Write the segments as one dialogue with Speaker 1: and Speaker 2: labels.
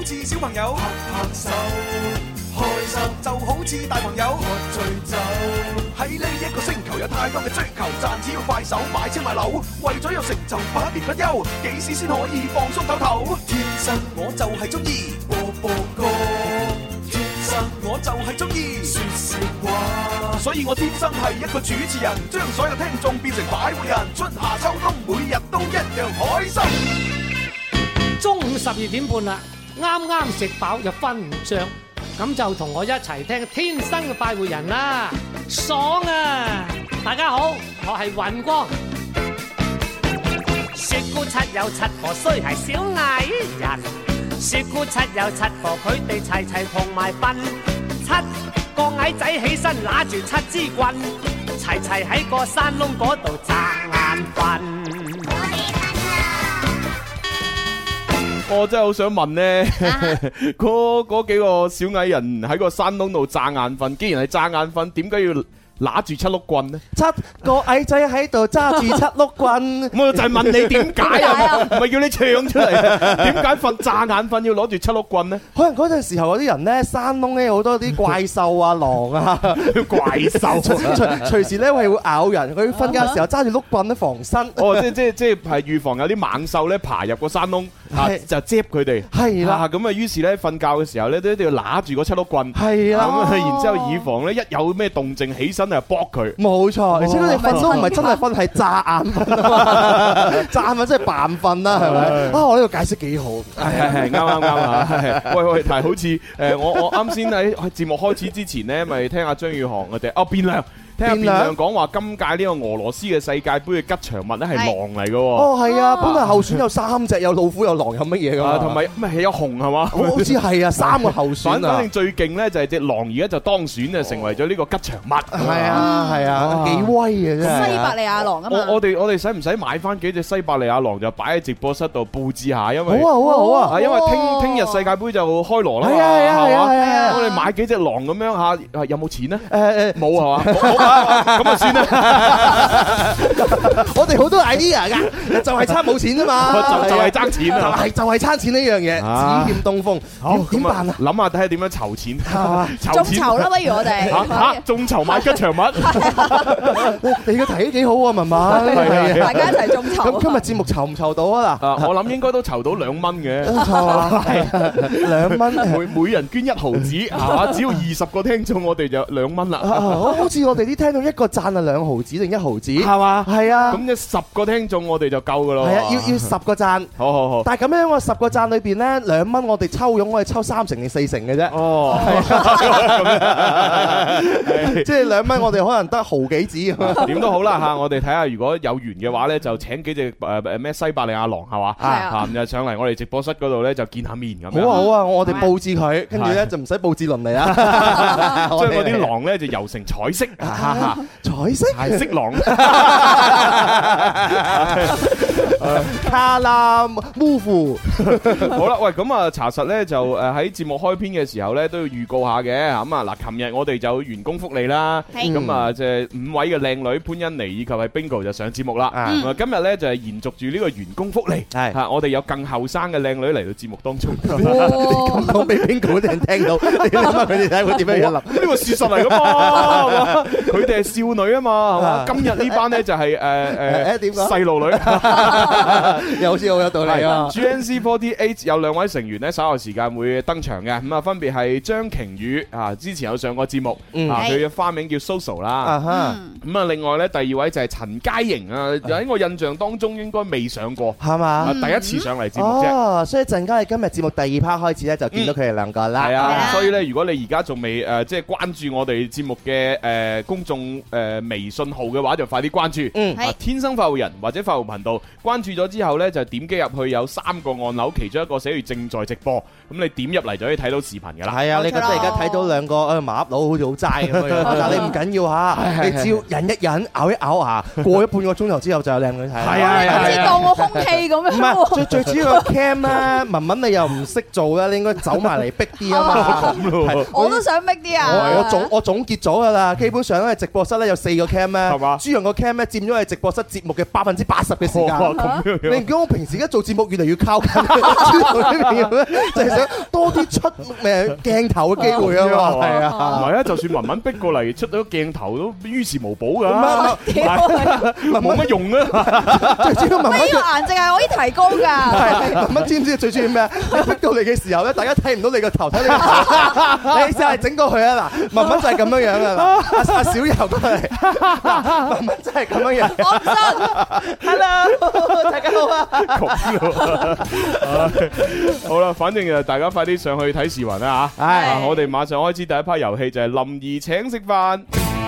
Speaker 1: 似小朋友拍拍手，開心就好似大朋友喝醉酒。喺呢一個星球有太多嘅追求，賺錢要快手買車買樓，為咗有成就百年不休，幾時先可以放鬆唞唞？天生我就係中意播播歌，天生我就係中意說笑話，所以我天生係一個主持人，將所有聽眾變成擺渡人，春夏秋冬每日都一樣開心。
Speaker 2: 中午12點半啦，啱啱食飽就瞓唔着，咁就同我一齊聽天生嘅快活人啦，爽啊！大家好，我係尹光。雪姑七有七個，雖係小矮人，雪姑七有七個，佢哋齊齊同埋瞓，七個矮仔起身揦住七支棍，齊齊喺個山窿嗰度擲眼瞓。
Speaker 3: 我真係好想問咧，嗰幾個小矮人喺個山窿度詐眼瞓，既然係詐眼瞓，點解要拿住七碌棍呢？
Speaker 4: 七個矮仔喺度揸住七碌棍，
Speaker 3: 我就係問你點解啊？唔係叫你唱出嚟，點解瞓詐眼瞓要攞住七碌棍呢？
Speaker 4: 可能嗰陣時候嗰啲人咧，山窿咧好多啲怪獸啊、狼啊、
Speaker 3: 怪獸，
Speaker 4: 隨時咧係會咬人。佢瞓覺嘅時候揸住碌棍咧防身。
Speaker 3: 哦，即係預防有啲猛獸咧爬入個山窿，就接佢哋。係啦，咁啊，於是咧瞓覺嘅時候咧都一定要揦住嗰七碌棍。係啊，咁啊，然之後以防咧一有咩動靜起身就搏佢。冇錯，而且佢哋瞓都唔係真係瞓，係詐眼瞓啊嘛！詐眼瞓即係扮瞓啦，係咪？啊，我呢個解釋幾好。係啱啊！喂，但係好似我啱先喺節目開始之前咧，咪聽阿張宇航我哋變亮。聽阿變亮講話，今屆呢個俄羅斯嘅世界盃嘅吉祥物咧係狼嚟嘅喎。哦，係啊，本來候選有3隻，有老虎、有狼，有乜嘢㗎？同埋咩有熊係嘛？好似係啊，3個候選啊。反正最勁咧就係隻狼，而家就當選啊，成為咗呢個吉祥物。係啊，幾威嘅啫。
Speaker 5: 西伯利亞狼啊嘛。
Speaker 3: 我哋使唔使買翻幾隻西伯利亞狼就擺喺直播室度佈置下？因為
Speaker 4: 好啊，
Speaker 3: 因為聽日世界盃就開鑼啦嘛。係啊，我哋買幾隻狼咁樣嚇，有冇錢咧？冇係嘛？咁啊算啦，我哋好多 idea 噶，就係差冇錢啫嘛，就係爭錢啊，就係爭錢呢樣嘢，只欠東風，點辦啊？諗下睇下點樣籌錢，
Speaker 5: 眾籌啦，不如我哋
Speaker 3: 眾籌買吉祥物，
Speaker 4: 你個提都幾好喎，文文，
Speaker 5: 大家一齊眾籌。
Speaker 4: 咁今日節目籌唔籌到啊？嗱，
Speaker 3: 我諗應該都籌到2蚊嘅，
Speaker 4: 係2蚊，
Speaker 3: 每人捐1毫子，係嘛？只要20個聽眾，我哋就2蚊啦。
Speaker 4: 好似我哋啲聽眾一個讚啊2毫子定1毫子，係嘛？係啊。咁
Speaker 3: 即10個聽眾我哋就夠噶咯。係啊，
Speaker 4: 要10個讚。好。但係咁樣我10個讚裏邊咧2蚊，我哋抽傭我哋抽3成定4成嘅啫。哦。即係2蚊，我哋可能得毫幾子。
Speaker 3: 點都好啦嚇，我哋睇下如果有緣嘅話咧，就請幾隻咩西伯利亞狼係嘛？係啊。就上嚟我哋直播室嗰度咧就見下面咁樣。好啊好啊，我哋佈置佢，跟住咧就唔使佈置倫理啦。將嗰啲狼咧就油成彩色。彩色係色狼，卡拉烏夫。好啦，喂，咁啊，查實咧就喺節目開篇嘅時候咧都要預告下嘅。咁啊，嗱，琴日我哋就員工福利啦，咁啊，即係5位嘅靚女潘欣妮以及係 Bingo 就上節目啦。今日咧就係延續住呢個員工福利，係我哋有更後生嘅靚女嚟到節目當中。咁講俾 Bingo 啲人聽到，你諗下佢哋睇會點樣諗？呢個事實嚟噶嘛？佢哋係少女啊嘛，係嘛？今日呢班咧就係點講細路女，又好似好有道理啊！GNZ48 有2位成員咧，稍後時間會登場嘅，咁啊分別係張瓊宇啊，之前有上過節目啊，佢嘅花名叫 Soso 啦。咁啊，另外咧第2位就係陳嘉瑩啊，喺我印象當中應該未上過，係嘛？第一次上嚟節目啫。哦，所以陣間係今日節目第2 part 開始咧，就見到佢哋2個啦。係啊，所以咧，如果你而家仲未即係關注我哋節目嘅公眾微信號嘅話，就快啲關注。天生快活人或者快活頻道，關注咗之後呢，就點擊入去有3個按鈕，其中一個寫住正在直播，咁你點入嚟就可以睇到視頻噶啦。係啊，你覺得而家睇到2個麻甩佬好似好齋咁樣，但你唔緊要嚇，你只要忍一忍，咬一咬下，過咗半個鐘頭之後就有靚女睇。係啊，
Speaker 5: 好似當我空氣咁樣。唔
Speaker 4: 係，最主要個 cam 咧，文文你又唔識做咧，你應該走埋嚟逼啲啊嘛。
Speaker 5: 我都想逼啲啊。
Speaker 4: 我總結咗噶啦，基本上嘅直播室咧有4個 cam 咧，
Speaker 3: 係嘛？
Speaker 4: 朱紅個 cam 咧佔咗係直播室節目嘅80%嘅時間。
Speaker 3: 咁樣
Speaker 4: 你唔見我平時而家做節目越嚟越靠近朱紅呢邊嘅咩？就係想多啲出鏡頭嘅機會啊嘛。係啊，
Speaker 3: 唔係啊，就算文文逼過嚟出咗鏡頭都於事無補㗎，冇乜用啊！
Speaker 4: 最主要文文
Speaker 5: 呢個顏值係可以提高㗎。
Speaker 4: 文文知唔知最主要咩？你逼到嚟嘅時候咧，大家睇唔到你個頭，睇你個頭。你試下整過去啊！嗱，文文就係咁樣樣啊！阿小柔過嚟，文文真係咁樣樣。
Speaker 5: 我唔信。
Speaker 4: Hello， 大家好啊！
Speaker 3: 好啦，反正大家快啲上去睇視頻啦嚇！
Speaker 4: 係，
Speaker 3: 我哋馬上開始第一 part 遊戲，就係林兒請食飯。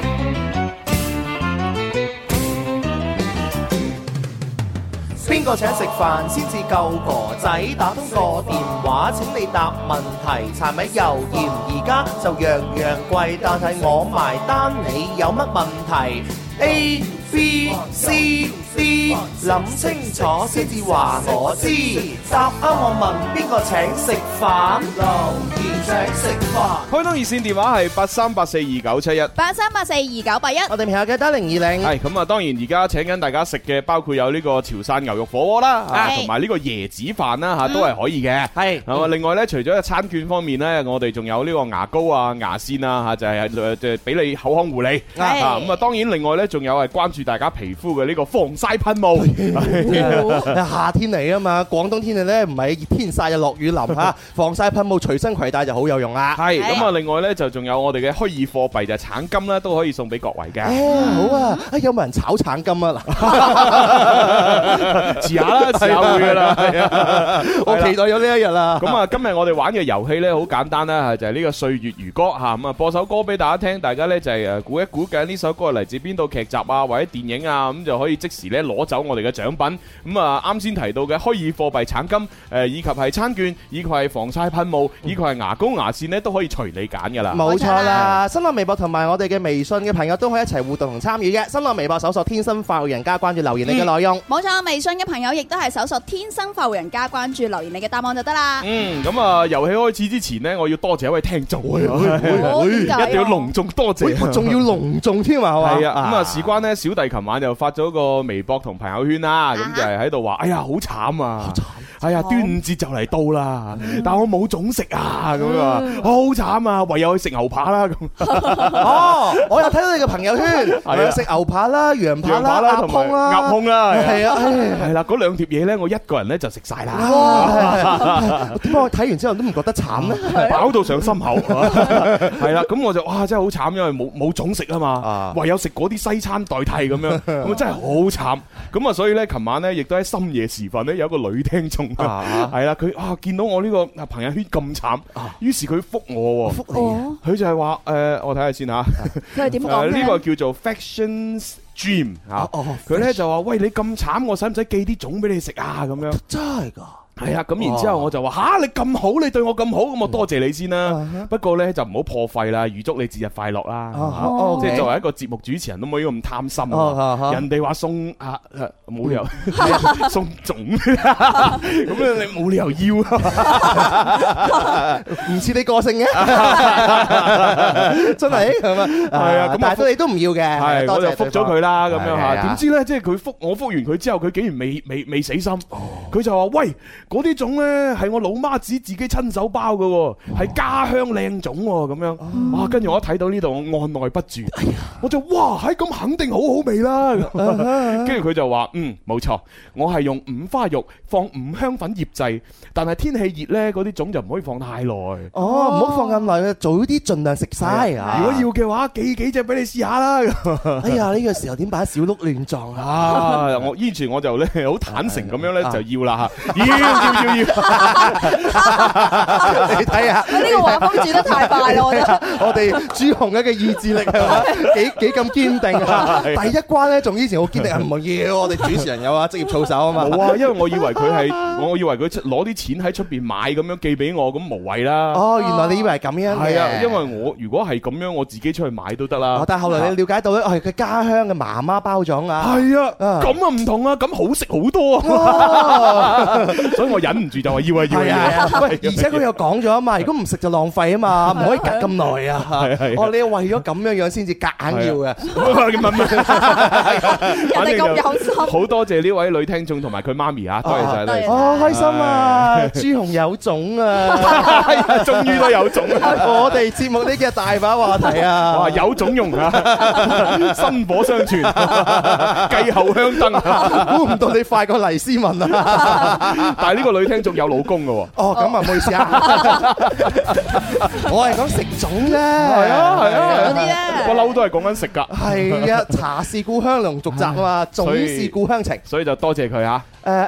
Speaker 4: 邊個請食飯先至夠哥仔？打通個電話請你答問題。柴米油鹽而家就樣樣貴，但係我埋單，你有乜問題？A B C D， 諗清楚先至話我知。答啱我問邊個請食飯？留言請食飯。
Speaker 3: 開通熱線電話係83842971。
Speaker 5: 83842981。
Speaker 4: 我哋朋友記得020。
Speaker 3: 係咁啊，當然而家請緊大家食嘅，包括有呢個潮汕牛肉火鍋啦，同埋呢個椰子飯啦嚇，都係可以嘅。係咁啊，另外咧，除咗餐券方面咧，我哋仲有呢個牙膏啊、牙線啊嚇，就係俾你口腔護理。係咁啊，當然另外咧，仲有係關注大家皮膚嘅呢個防曬噴霧。
Speaker 4: 夏天嚟啊嘛，廣東天氣咧唔係熱天曬就落雨淋嚇，防曬噴霧隨身攜帶就好有用啦。
Speaker 3: 係咁啊，另外咧就仲有我哋嘅虛擬貨幣就係橙金啦，都可以送俾各位嘅。
Speaker 4: 好啊，有冇人炒橙金啊？嗱，
Speaker 3: 遲下啦，遲下會噶啦。
Speaker 4: 我期待咗呢一日啦。
Speaker 3: 咁啊，今日我哋玩嘅遊戲咧好簡單啦，就係呢個歲月如歌嚇。咁啊，播首歌俾大家聽，大家咧就係估一估緊呢首歌係嚟自邊度劇集啊，或者電影啊，咁就可以即時咧攞走我哋嘅獎品。咁啊，啱先提到嘅虛擬貨幣橙金，以及係餐券，以及係防曬噴霧，以及係牙膏牙線咧，都可以隨你揀噶啦。
Speaker 4: 冇錯啦，新浪微博同埋我哋嘅微信嘅朋友都可以一齊互動同參與嘅。新浪微博搜索天生快活人家，關注留言你嘅內容。
Speaker 5: 冇錯，微信嘅朋友亦都係搜索天生快活人家，關注留言你嘅答案就得啦。
Speaker 3: 咁啊，遊戲開始之前呢，我要多謝一位聽眾，一定要隆重多謝，
Speaker 4: 仲要隆重添啊！
Speaker 3: 係啊，咁啊，事關呢，小弟琴晚就發咗個微博同朋友圈啦，咁就係喺度話，哎呀，好慘啊！哎呀，端午節就嚟到啦，但我冇粽食啊，咁啊，好慘啊，唯有去食牛扒啦咁。
Speaker 4: 哦，我又睇到你嘅朋友圈，有食牛扒啦、羊扒啦、鴨胸啦、
Speaker 3: 鴨胸啦，
Speaker 4: 係啊，
Speaker 3: 係啦，嗰兩碟嘢咧，我一個人咧就食晒啦。
Speaker 4: 點解我睇完之後都唔覺得慘咧？
Speaker 3: 飽到上心口，係啦，咁我就哇真係好慘，因為冇粽食啊嘛，唯有食嗰啲西餐代替咁樣，咁真係好慘。咁啊，所以咧，琴晚咧亦都喺深夜時分咧，有一個女聽眾。係啦，佢見到我呢個朋友圈咁慘，於是佢覆我，
Speaker 4: 覆你，
Speaker 3: 佢就係話我睇下先吓，
Speaker 5: 佢係點講咧？
Speaker 3: 呢個叫做 Factions Dream 吓，佢咧就話喂，你咁慘，我使唔使寄啲粽俾你食啊？咁樣
Speaker 4: 真係噶。
Speaker 3: 係啊，咁然之後我就話吓，你咁好，你對我咁好，咁我多謝你先啦。不過咧就唔好破費啦，預祝你節日快樂啦。即係作為一個節目主持人都唔可以咁貪心。人哋話送冇理由送粽，咁你冇理由要，
Speaker 4: 唔似你個性嘅，真係係嘛？係啊，咁但係你都唔要嘅。
Speaker 3: 係，我就覆咗佢啦，咁樣吓。點知咧，即係我覆完佢之後，佢竟然未死心，佢就話喂。嗰啲粽咧係我老媽子自己親手包嘅，係家鄉靚粽咁樣。哇！跟住我一睇到呢度，我按捺不住，我就哇，係咁肯定好好味啦。跟住佢就話冇錯，我係用五花肉放五香粉醃製，但係天氣熱咧，嗰啲粽就唔可以放太耐。
Speaker 4: 哦，唔好放咁耐，早啲盡量食晒。
Speaker 3: 如果要嘅話，寄幾隻俾你試下啦。
Speaker 4: 哎呀，呢個時候點擺小鹿亂撞
Speaker 3: 啊！我依住我就咧好坦誠咁樣咧就要啦吓。要！你睇下，
Speaker 5: 呢個畫風轉得太快啦！
Speaker 4: 我哋朱紅嘅意志力係嘛，幾咁堅定啊！第一關咧，仲以前好堅定，唔要我哋主持人有啊，職業操守啊嘛。
Speaker 3: 冇啊，因為我以為佢攞啲錢喺出邊買咁樣寄俾我，咁無謂啦。
Speaker 4: 哦，原來你以為係咁樣嘅。
Speaker 3: 係啊，因為我如果係咁樣，我自己出去買都得啦。
Speaker 4: 但係後來你了解到咧，係佢家鄉嘅媽媽包粽啊。
Speaker 3: 係啊，咁啊唔同啊，咁好食好多啊。所以我忍唔住就話要啊要啊！
Speaker 4: 喂，而且佢又講咗啊嘛，如果唔食就浪費啊嘛，唔可以隔咁耐啊。哦，你為咗咁樣樣先至夾硬要嘅。
Speaker 5: 人哋咁有心，
Speaker 3: 好多謝呢位女聽眾同埋佢媽咪啊，多謝晒你。
Speaker 4: 哦，開心啊！朱紅有種啊，
Speaker 3: 終於都有種。
Speaker 4: 我哋節目呢幾日大把話題啊，
Speaker 3: 哇，有種用啊，薪火相傳，繼後香燈。
Speaker 4: 估唔到你快過黎思文啊！
Speaker 3: 但係呢個女聽眾有老公㗎喎。
Speaker 4: 哦，咁啊唔好意思啊，我係講食種啫。
Speaker 3: 係啊係啊，
Speaker 5: 嗰啲咧
Speaker 3: 不嬲都係講緊食㗎。
Speaker 4: 係啊，茶是故鄉濃續集啊嘛，種是故鄉情。
Speaker 3: 所以就多謝佢嚇。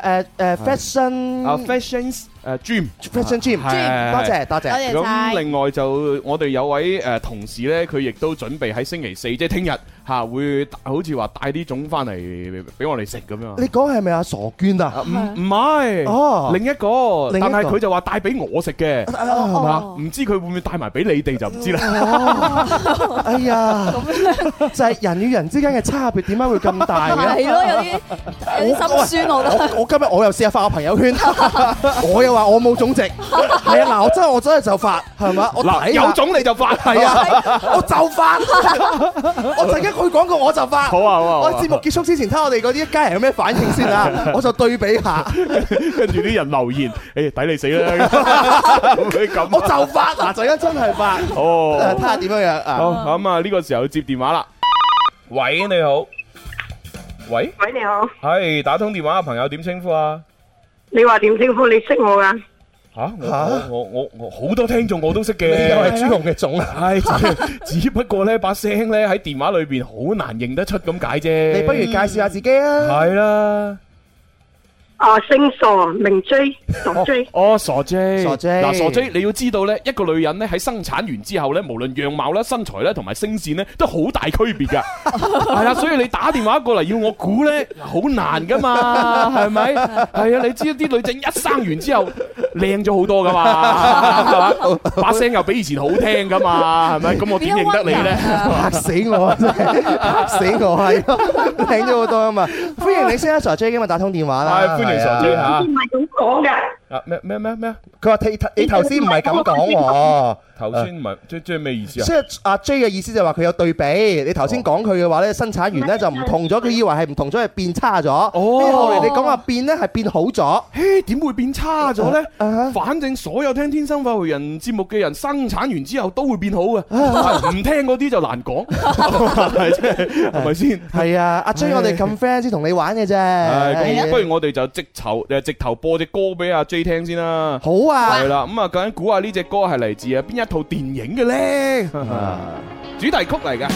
Speaker 4: fashion
Speaker 3: 啊 fashion Dream，
Speaker 4: 多謝。
Speaker 3: 咁另外就我哋有位同事咧，佢亦都準備喺星期四，即係聽日嚇會好似話帶啲粽翻嚟俾我哋食咁樣。
Speaker 4: 你講係咪阿傻娟啊？
Speaker 3: 唔係，
Speaker 4: 哦，
Speaker 3: 另一個，但係佢就話帶俾我食嘅，係嘛？唔知佢會唔會帶埋俾你哋就唔知啦。
Speaker 4: 哎呀，就係人與人之間嘅差別點解會咁大嘅？
Speaker 5: 係咯，有啲心酸我覺得。
Speaker 4: 我今日我又試下發我朋友圈，我又話我冇種植，係啊，嗱，我真係就發，係嘛？我
Speaker 3: 嗱，有種你就發，
Speaker 4: 係啊，我就發，我陣間佢講過我就發。好啊，我節目結束之前睇我哋嗰啲家人有咩反應先啊，我就對比下，
Speaker 3: 跟住啲人留言，誒，抵你死啦！咁，
Speaker 4: 我就發，嗱，陣間真係發，
Speaker 3: 哦，
Speaker 4: 睇下點樣樣啊。
Speaker 3: 好，咁啊，呢個時候接電話啦。喂，你好。喂，
Speaker 6: 你好，
Speaker 3: 係打通電話嘅朋友點稱呼啊？
Speaker 6: 你話點稱呼？你識我噶？
Speaker 3: 我好多聽眾我都識嘅，
Speaker 4: 你又係朱紅嘅種啊？
Speaker 3: 係，只不過咧把聲咧喺電話裏邊好難認得出咁解啫。
Speaker 4: 你不如介紹下自己啊？
Speaker 3: 係啦。
Speaker 6: 姓傻，名 J， 傻 J。
Speaker 3: 哦，傻 J，
Speaker 4: 傻 J。
Speaker 3: 嗱，傻 J， 你要知道咧，一個女人咧喺生產完之後咧，無論樣貌啦、身材咧，同埋聲線咧，都好大區別噶。係啦，所以你打電話過嚟要我估咧，好難噶嘛，係咪？係啊，你知啲女仔一生完之後靚咗好多噶嘛，係嘛？把聲又比以前好聽噶嘛，係咪？咁我點認得你咧？
Speaker 4: 嚇死我，真係嚇死我，係靚咗好多啊嘛！歡迎你先啊，傻 J，今日打通電話啦。
Speaker 3: 歡迎傻 J 嚇。
Speaker 6: 唔係咁講嘅。
Speaker 3: 咩？
Speaker 4: 佢話你頭先唔係咁講喎。
Speaker 3: 頭先唔係即係咩意思啊？
Speaker 4: 即係阿 J 嘅意思就話佢有對比。你頭先講佢嘅話咧，生產完咧就唔同咗，佢以為係唔同咗係變差咗。後嚟你講話變咧係變好咗。
Speaker 3: 點會變差咗咧？反正所有聽天生快活人節目嘅人生產完之後都會變好嘅，唔聽嗰啲就難講，係咪先？
Speaker 4: 係啊，阿 J 我哋咁 friend 先同你玩嘅啫。
Speaker 3: 咁不如我哋就直頭播隻歌俾阿 J 聽先啦。
Speaker 4: 好啊。
Speaker 3: 係啦，咁啊究竟估下呢隻歌係嚟自邊一套電影嘅咧？主題曲嚟㗎。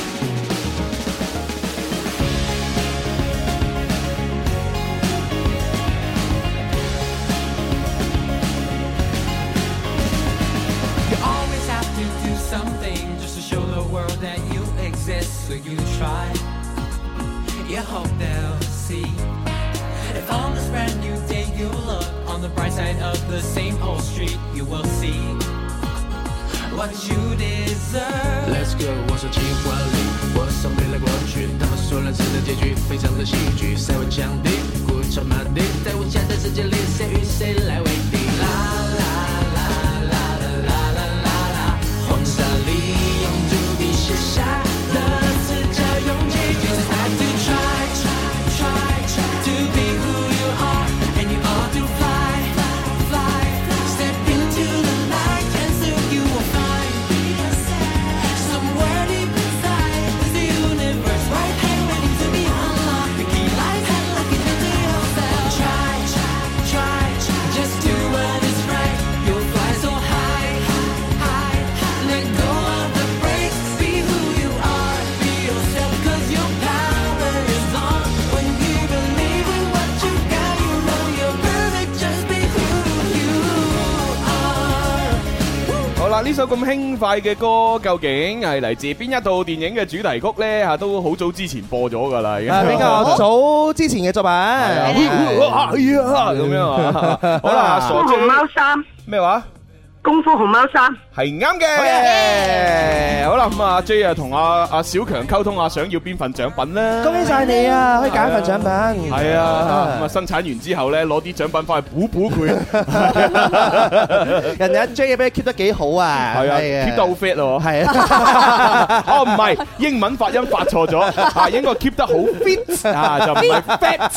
Speaker 7: What you deserve. Let's go， 我说计划里，我送你来过去，他们说人生的结局非常的戏剧，谁会降低，故意超马地，在无限的世界里，谁与谁来为敌？啦啦啦啦啦啦啦啦，黄沙里用朱笔写下的字叫勇气。You just have to try to be who you are, and you ought to fly. Step into the light, and soon you will find somewhere deep inside is the universe right there waiting to be unlocked. The key lies and look into yourself. Try, just do what is right. You'll fly so high. Let go of the brakes. Be who you are. Be yourself, 'cause your power is on. When you believe in what you got, you know you're perfect. Just be who you are.
Speaker 3: 好啦，呢首咁輕快嘅歌，究竟係嚟自邊一套電影嘅主題曲咧？吓，都好早之前播咗噶啦，已經
Speaker 4: 比較早之前嘅作品。
Speaker 3: 咁樣啊。好啦，傻 J
Speaker 6: 熊貓三
Speaker 3: 咩話？
Speaker 6: 功夫熊貓三
Speaker 3: 係啱嘅。好啦，咁阿 J 啊同阿小強溝通下，想要邊份獎品咧？
Speaker 4: 恭喜晒你啊，可以揀一份獎品。
Speaker 3: 係啊，咁啊生產完之後咧，攞啲獎品翻去補補佢。
Speaker 4: 人哋阿 J 俾你 keep 得幾好啊，
Speaker 3: 係啊 ，keep 得好 fit 咯。
Speaker 4: 係啊，
Speaker 3: 哦唔係，英文發音發錯咗，啊應該 keep 得好 fit 啊，就唔係 fat。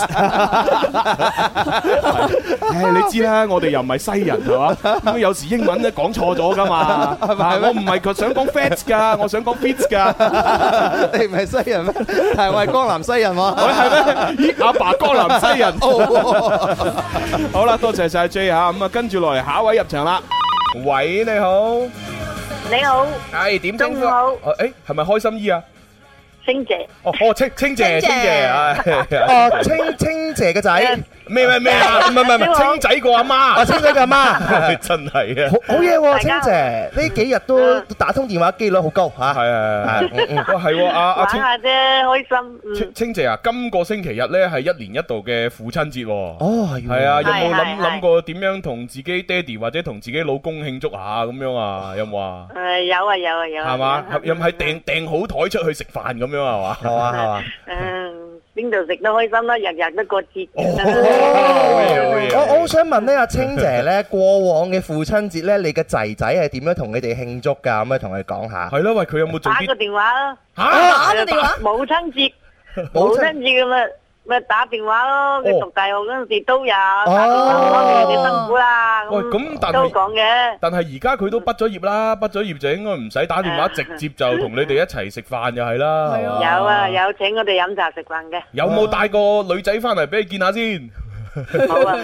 Speaker 3: 你知啦，我哋又唔係西人係嘛，咁有時英文咧講錯咗噶嘛。我唔係想講 fat 㗎，我想講 fit 㗎。
Speaker 4: 你唔係西人咩？係我係江南西人喎。
Speaker 3: 係咩？咦，阿爸江南西人。好啦，多謝晒 J 嚇，咁啊跟住落嚟下一位入場啦。喂，你好。
Speaker 6: 你好。
Speaker 3: 係點稱呼？
Speaker 6: 中午好。
Speaker 3: 誒，係咪開心姨啊？
Speaker 6: 清姐。
Speaker 3: 哦，清姐，
Speaker 4: 哦，清姐嘅仔。
Speaker 3: 咩啊？唔係，清仔個阿媽。
Speaker 4: 清仔個阿媽。
Speaker 3: 真係啊。
Speaker 4: 好嘢喎，清姐，呢幾日都打通電話機率好高嚇。
Speaker 3: 係。係喎，阿清。
Speaker 6: 玩下啫，開心。
Speaker 3: 清姐啊，今個星期日咧係1年1度嘅父親節。
Speaker 4: 哦，
Speaker 3: 係啊，有冇諗過點樣同自己爹哋或者同自己老公慶祝下咁樣啊？有冇啊？
Speaker 6: 有啊。
Speaker 3: 係嘛？有冇係訂好台出去食飯咁樣係嘛？
Speaker 4: 係嘛？
Speaker 6: 邊度食得開心啦？日日都過節。
Speaker 4: 我好想問呢阿清姐咧，過往嘅父親節咧，你嘅仔仔係點樣同你哋慶祝㗎？可唔可以同佢講下？
Speaker 3: 係咯，喂，佢有冇做啲？
Speaker 6: 打個電話咯。
Speaker 5: 打個電話。
Speaker 6: 母親節咁咪打電話咯。佢讀大學嗰陣時都有打電話，你辛苦啦。
Speaker 3: 喂，咁
Speaker 6: 都講嘅。
Speaker 3: 但係而家佢都畢咗業啦，畢咗業就應該唔使打電話，直接就同你哋一齊食飯就係啦。
Speaker 6: 有啊，有請我哋飲茶食飯嘅。
Speaker 3: 有冇帶個女仔翻嚟俾你見下先？
Speaker 6: 冇啊，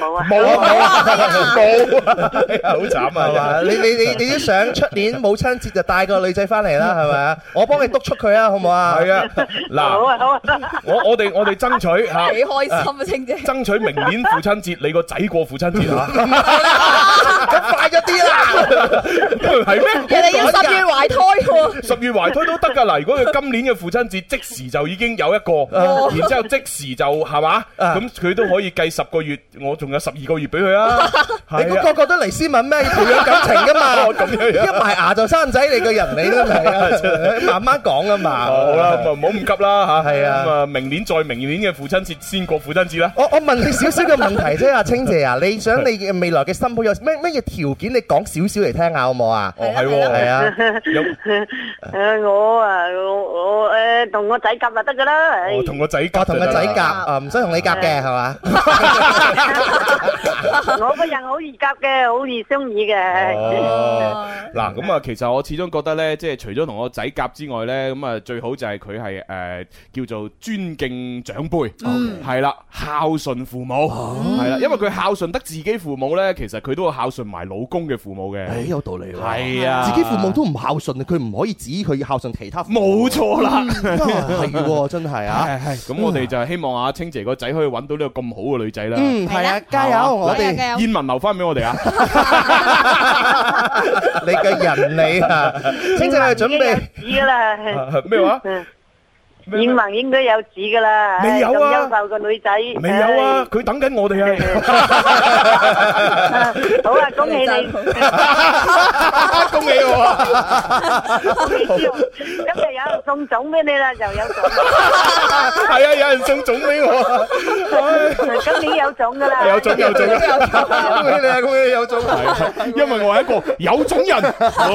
Speaker 3: 好慘啊！
Speaker 4: 你都想出年母親節就帶個女仔翻嚟啦，係咪啊？我幫你督促佢啊，好唔好啊？
Speaker 3: 係啊，嗱，
Speaker 6: 好啊，
Speaker 3: 我哋爭取嚇，
Speaker 5: 幾開心啊，清姐！
Speaker 3: 爭取明年父親節你個仔過父親節嚇，
Speaker 4: 咁快咗啲啦，
Speaker 3: 係咩？
Speaker 5: 人哋要10月懷胎喎
Speaker 3: ，10月懷胎都得㗎嗱。如果佢今年嘅父親節即時就已經有一個，然之後即時就係嘛，咁佢都可以計10個月，我仲有12個月俾佢啊！
Speaker 4: 你估個個都黎斯敏咩？要培養感情㗎嘛，一埋牙就生仔，你個人你都係啊，慢慢講啊嘛。
Speaker 3: 好啦，咁啊唔好咁急啦嚇。
Speaker 4: 係啊，
Speaker 3: 咁啊明年再明年嘅父親節先過父親節啦。
Speaker 4: 我問你少少嘅問題啫，阿清姐啊，你想你嘅未來嘅新抱有咩嘢條件？你講少少嚟聽下好唔好啊？
Speaker 3: 哦，係喎，
Speaker 4: 係啊。
Speaker 6: 我同我仔夾就得㗎啦。
Speaker 3: 哦，同個仔夾，
Speaker 4: 同個仔夾啊，唔使同你夾嘅係嘛？
Speaker 6: 我個人好易夾嘅，好易相處嘅。
Speaker 3: 嗱，咁啊，其實我始終覺得咧，即係除咗同個仔夾之外咧，咁啊最好就係佢係叫做尊敬長輩，係啦，孝順父母，係啦，因為佢孝順得自己父母咧，其實佢都會孝順埋老公嘅父母嘅。
Speaker 4: 誒，有道理喎。
Speaker 3: 係啊，
Speaker 4: 自己父母都唔孝順，佢唔可以指佢孝順其他父
Speaker 3: 冇
Speaker 4: 母。
Speaker 3: 錯啦，
Speaker 4: 係喎，真係啊。
Speaker 3: 係咁，我哋就希望阿清姐個仔可以揾到呢個咁好嘅女仔啦。
Speaker 4: 係啊，加油！我哋
Speaker 3: 燕文留翻俾我哋啊！
Speaker 4: 你嘅人你啊，清姐係準備
Speaker 6: 子噶啦。
Speaker 3: 咩話？
Speaker 6: 燕文應該有子噶啦。
Speaker 3: 未有啊！
Speaker 6: 咁優秀個女仔。
Speaker 3: 未有啊！佢等緊我哋啊！
Speaker 6: 好啊，恭喜你！
Speaker 3: 恭喜我啊！
Speaker 6: 今日有人送粽俾你啦，又有粽。
Speaker 3: 係啊，有人送粽俾我。
Speaker 6: 今年有粽噶啦。
Speaker 3: 有粽。
Speaker 4: 恭喜你啊！恭喜你有粽。
Speaker 3: 因為我係一個有種人。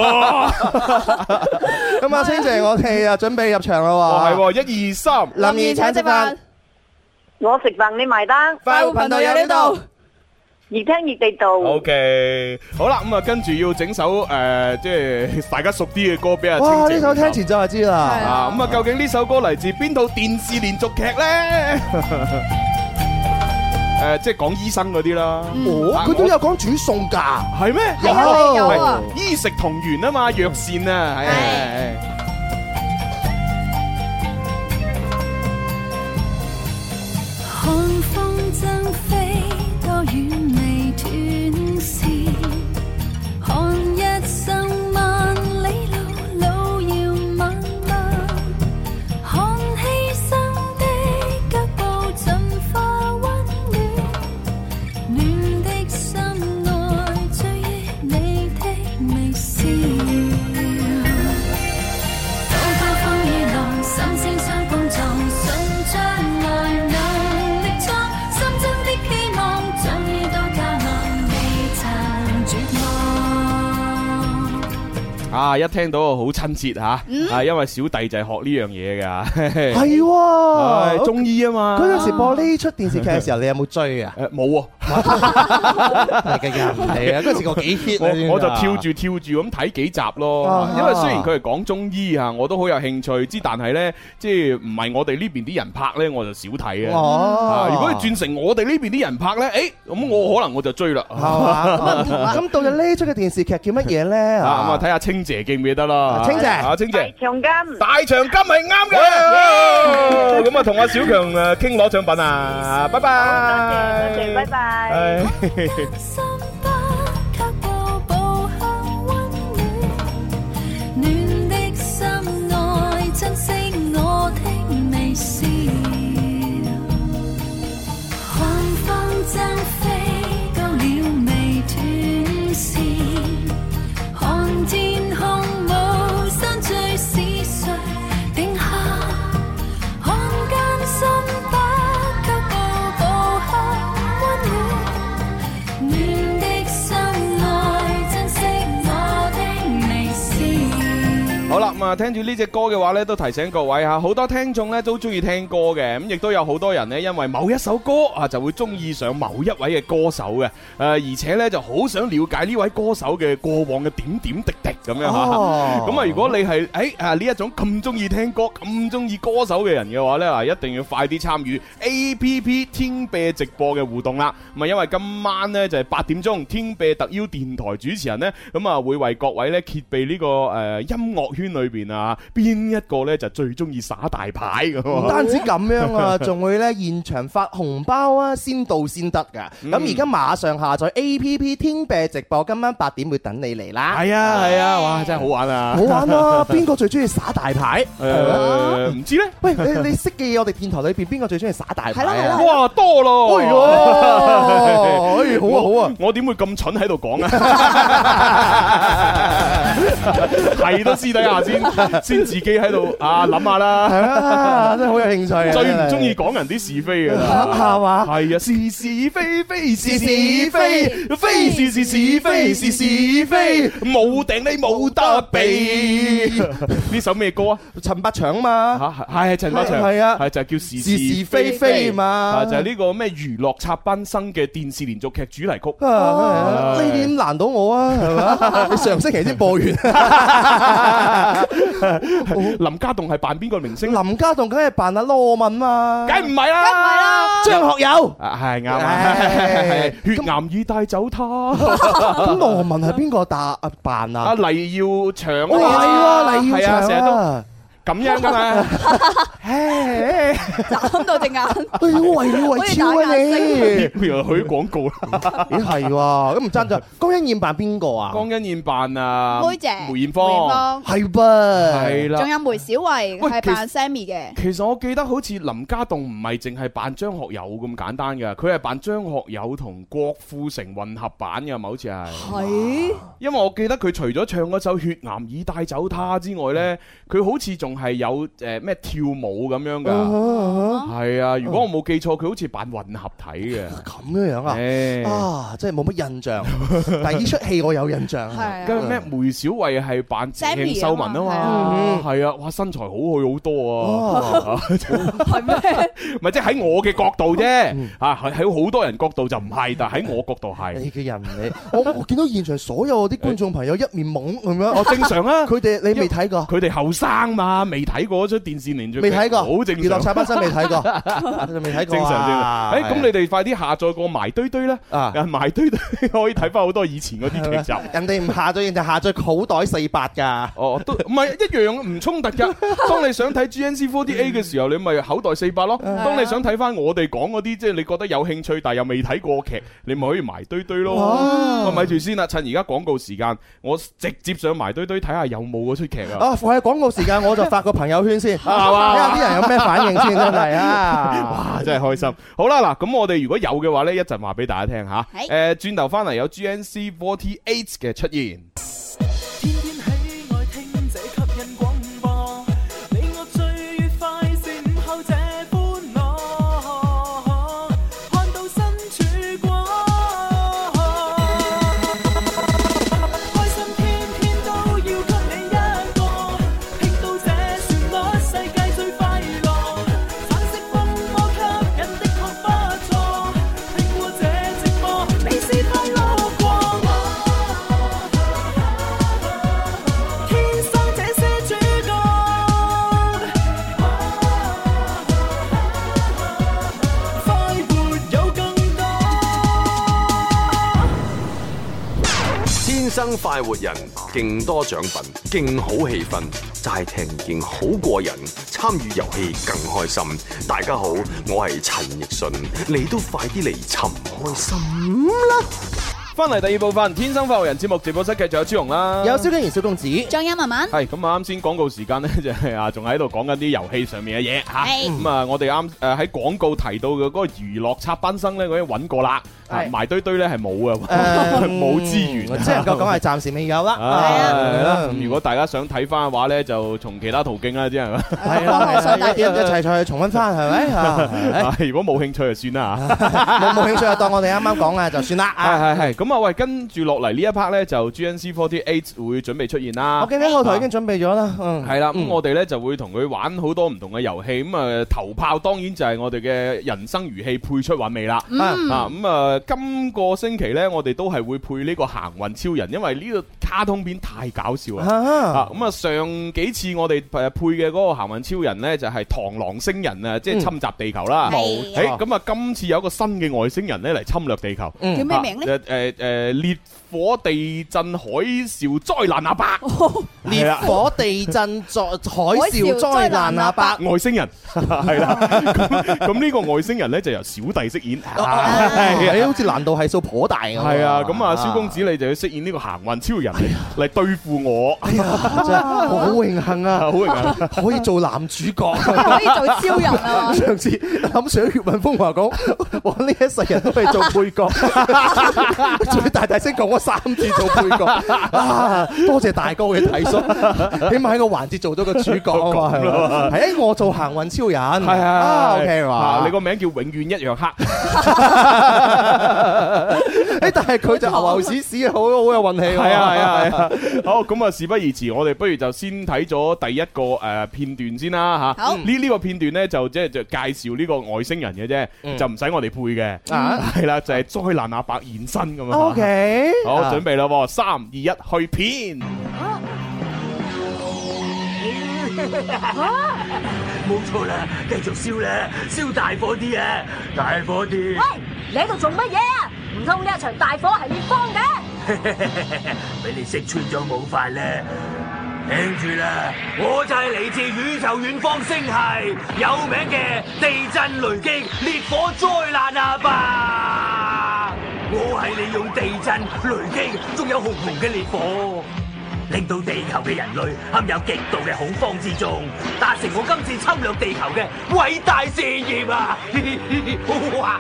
Speaker 4: 咁啊，清姐，我哋啊準備入場啦喎。
Speaker 3: 係喎，1、2、3，
Speaker 5: 林怡請食飯，
Speaker 6: 我食飯你埋單。
Speaker 5: 快活頻道有呢度，
Speaker 6: 越聽越地道。
Speaker 3: OK，好啦，咁啊，跟住要整首即係大家熟啲嘅歌俾阿清姐。
Speaker 4: 哇！呢首聽前奏就知啦。
Speaker 3: 啊，咁啊，究竟呢首歌嚟自邊套電視連續劇咧？即係講醫生嗰啲啦。
Speaker 4: 哦，佢都有講煮餸㗎，
Speaker 3: 係咩？
Speaker 5: 有啊，
Speaker 3: 醫食同源啊嘛，藥膳啊，係。
Speaker 8: 看風箏飛多遠未斷線，看一生萬里路，路遙漫漫，看犧牲的腳步盡化溫暖，暖的心內追憶你的微笑。
Speaker 3: 啊！一聽到好親切嚇，因為小弟就係學呢樣嘢㗎，
Speaker 4: 係喎，
Speaker 3: 中醫啊嘛。
Speaker 4: 嗰陣時播呢出電視劇嘅時候，你有冇追啊？
Speaker 3: 冇喎，
Speaker 4: 係嘅人嚟啊！嗰陣時我幾 hit
Speaker 3: 我就跳住咁睇幾集咯。因為雖然佢係講中醫啊，我都好有興趣知，但係咧即係唔係我哋呢邊啲人拍咧，我就少睇啊。如果你轉成我哋呢邊啲人拍咧，咁我可能我就追啦。係嘛？
Speaker 4: 咁到底呢出嘅電視劇叫乜嘢咧？
Speaker 3: 咁啊睇下清姐記唔記得啦？
Speaker 4: 清姐，
Speaker 3: 清姐，
Speaker 6: 大長今
Speaker 3: 係啱嘅。咁啊，同阿小強傾攞獎品啊！拜拜，
Speaker 6: 多謝，拜拜。
Speaker 3: 好啦，咁啊，聽住呢隻歌嘅話咧，都提醒各位吓，好多聽眾咧都中意聽歌嘅，咁亦都有好多人咧，因為某一首歌啊，就會中意上某一位嘅歌手嘅，而且咧就好想了解呢位歌手嘅過往嘅點點滴滴咁樣吓。咁啊，如果你係呢一種咁中意聽歌、咁中意歌手嘅人嘅話咧，啊，一定要快啲參與 APP 天貝直播嘅互動啦。咁啊，因為今晚咧就係8點鐘，天貝特邀電台主持人咧，咁啊會為各位咧揭秘呢個音樂圈裏邊啊，邊一個咧就最中意耍大牌嘅？唔
Speaker 4: 單止咁樣啊，仲會咧現場發紅包啊，先到先得噶。咁而家馬上下載 APP 天貝直播，今晚8點會等你嚟啦。
Speaker 3: 係啊，哇，真係好玩啊！
Speaker 4: 好玩啊！邊個最中意耍大牌？
Speaker 3: 唔知咧。喂，
Speaker 4: 你識嘅我哋電台裏邊邊個最中意耍大牌啊？
Speaker 3: 哇，多咯！
Speaker 4: 哎呀，好啊好啊！
Speaker 3: 我點會咁蠢喺度講啊？係都私底下先自己喺度諗下啦。係啊，真係好有興趣啊！最唔中意講人啲是非嘅，係嘛？係啊，是是非非是是非，非是是是非是是非，冇定你冇得避。呢首咩歌啊？
Speaker 4: 陳百祥嘛？
Speaker 3: 係陳百祥，係啊，係就係叫是
Speaker 4: 是非非嘛？
Speaker 3: 就係呢個咩娛樂插班生嘅電視連續劇主題曲。
Speaker 4: 呢點難到我啊？係嘛？你上星期先播完。
Speaker 3: 林家棟係扮邊個明星？
Speaker 4: 林家棟梗係扮阿羅文嘛？
Speaker 3: 梗唔係啦，
Speaker 4: 張學友
Speaker 3: 係啱啊！血癌已帶走他。
Speaker 4: 咁羅文係邊個扮啊？
Speaker 3: 阿黎耀祥啊，
Speaker 4: 係黎耀祥
Speaker 3: 成日都咁樣噶嘛？
Speaker 5: 斬到隻眼，
Speaker 4: 喂超啊你！
Speaker 3: 佢又去廣告啦？
Speaker 4: 咦係喎，咁唔爭咗。江欣燕扮邊個啊？
Speaker 3: 江欣燕扮啊
Speaker 5: 妹姐
Speaker 3: 梅艷芳，
Speaker 4: 係噃，
Speaker 3: 係啦。
Speaker 5: 仲有梅小惠係扮 Sammy 嘅。
Speaker 3: 其實我記得好似林家棟唔係淨係扮張學友咁簡單㗎，佢係扮張學友同郭富城混合版㗎嘛，好似係。係。因為我記得佢除咗唱嗰首《血癌已帶走他》之外呢，佢好似仲係有咩跳舞咁樣㗎。係啊，如果我冇記錯，佢好似扮混合體嘅。
Speaker 4: 咁樣啊？真係冇乜印象。但係呢出戲我有印象。
Speaker 3: 跟住咩梅小惠係扮鄭秀文啊嘛。係啊，哇身材好去好多啊。係咩？唔係即係喺我嘅角度啫。喺好多人角度就唔係，但係喺我角度係。你嘅人我見到現場所有啲觀眾朋友一面懵咁樣。哦，正常啊。佢哋你未睇過？佢哋後生嘛，未睇過嗰出電視連續劇。未睇過。好正常。娛樂插班生未睇過。未睇過。正常。咁你哋快啲下載個埋堆堆啦。埋堆堆可以睇翻好多以前嗰啲劇集。人哋唔下載，人哋下載口袋48㗎。哦，都唔係一樣，唔衝突㗎。當你想睇 GNZ48 嘅時候，你咪口袋48咯。當你想睇翻我哋講嗰啲，即係你覺得有興趣但係又未睇過劇，你咪可以埋堆堆咯。咪住先啦，趁而家廣告時間，我直接上埋堆堆睇下有冇嗰出劇啊。放喺廣告時間，我就發個朋友圈先，係嘛？睇下啲人有咩反應先，真係啊！哇，真係開心。好啦，嗱，咁我哋如果有嘅話呢，一陣話俾大家聽吓。轉頭翻嚟有 GNZ48 嘅出現。
Speaker 9: 天生快活人，勁多獎品，勁好氣氛，齋聽已經好過癮，參與遊戲更開心。大家好，我係陳奕迅，你都快啲嚟尋開心啦！
Speaker 3: 翻嚟第二部分《天生快活人》節目直播室，繼續有朱紅啦，
Speaker 4: 有蕭敬堯、小公子、
Speaker 5: 張欣文文。
Speaker 3: 係咁啊！啱先廣告時間咧，就係啊，仲喺度講緊啲遊戲上面嘅嘢嚇。咁啊，我哋啱喺廣告提到嘅嗰個娛樂插班生咧，我已經揾過啦。埋堆堆咧係冇嘅，冇資源，
Speaker 4: 只能夠講係暫時未有啦。
Speaker 3: 係啦，如果大家想睇翻嘅話咧，就從其他途徑啦，啲係嘛。
Speaker 4: 係啦，一齊再重溫翻，係咪？
Speaker 3: 如果冇興趣就算啦嚇，
Speaker 4: 冇興趣就當我哋啱啱講嘅就算啦。
Speaker 3: 係。咁啊，喂，跟住落嚟呢一 part 咧，就 GNZ48 會準備出現啦。
Speaker 4: 我見喺後台已經準備咗啦。
Speaker 3: 係啦，咁我哋咧就會同佢玩好多唔同嘅遊戲。咁啊，頭炮當然就係我哋嘅人生如戲配出玩味啦。咁啊。今個星期呢，我哋都係會配呢個行運超人，因為呢個卡通片太搞笑啦。咁啊，上幾次我哋配嘅嗰個行運超人呢，就係螳螂星人啊，即係侵襲地球啦。咁啊，今次有一個新嘅外星人呢嚟侵略地球。
Speaker 5: 叫咩名呢？
Speaker 3: 烈火地震海嘯災難阿伯。
Speaker 4: 烈火地震海嘯災難阿伯。
Speaker 3: 外星人係啦。咁呢個外星人呢，就由小弟飾演。
Speaker 4: 好似難度係數頗大嘅。
Speaker 3: 係啊，咁啊，蕭公子你就要飾演呢個行運超人嚟對付我。
Speaker 4: 哎呀，真係好榮幸啊！
Speaker 3: 好榮幸
Speaker 4: 可以做男主角，
Speaker 5: 可以做超人啊！
Speaker 4: 上次諗上粵文風華講，我呢一世人都係做配角，最大聲講我3次做配角啊！多謝大哥嘅體恤，起碼喺個環節做咗個主角啊嘛，係嘛？係我做行運超人，係啊 OK 嘛？
Speaker 3: 你個名叫永遠一樣黑。
Speaker 4: 但係佢就牛牛屎屎，好有運氣。
Speaker 3: 係啊！好，咁啊，事不宜遲，我哋不如就先睇咗第一個片段先啦嚇。呢個片段咧就即係就介紹呢個外星人嘅啫，就唔使我哋配嘅。係啦，就係災難阿伯現身咁啊。
Speaker 4: OK，
Speaker 3: 好，準備啦，3、2、1，去片。
Speaker 10: 冇錯啦，繼續燒啦，燒大火啲啊，大火啲！
Speaker 11: 喂，你喺度做乜嘢啊？唔通呢一場大火係烈風嘅？
Speaker 10: 俾你識穿咗冇法啦！聽住啦，我就係嚟自宇宙遠方星系有名嘅地震雷擊烈火災難阿伯。我係利用地震雷擊，仲有熊熊嘅烈火，令到地球嘅人類陷有極度嘅恐慌之中，達成我今次侵略地球嘅偉大事業啊！哇！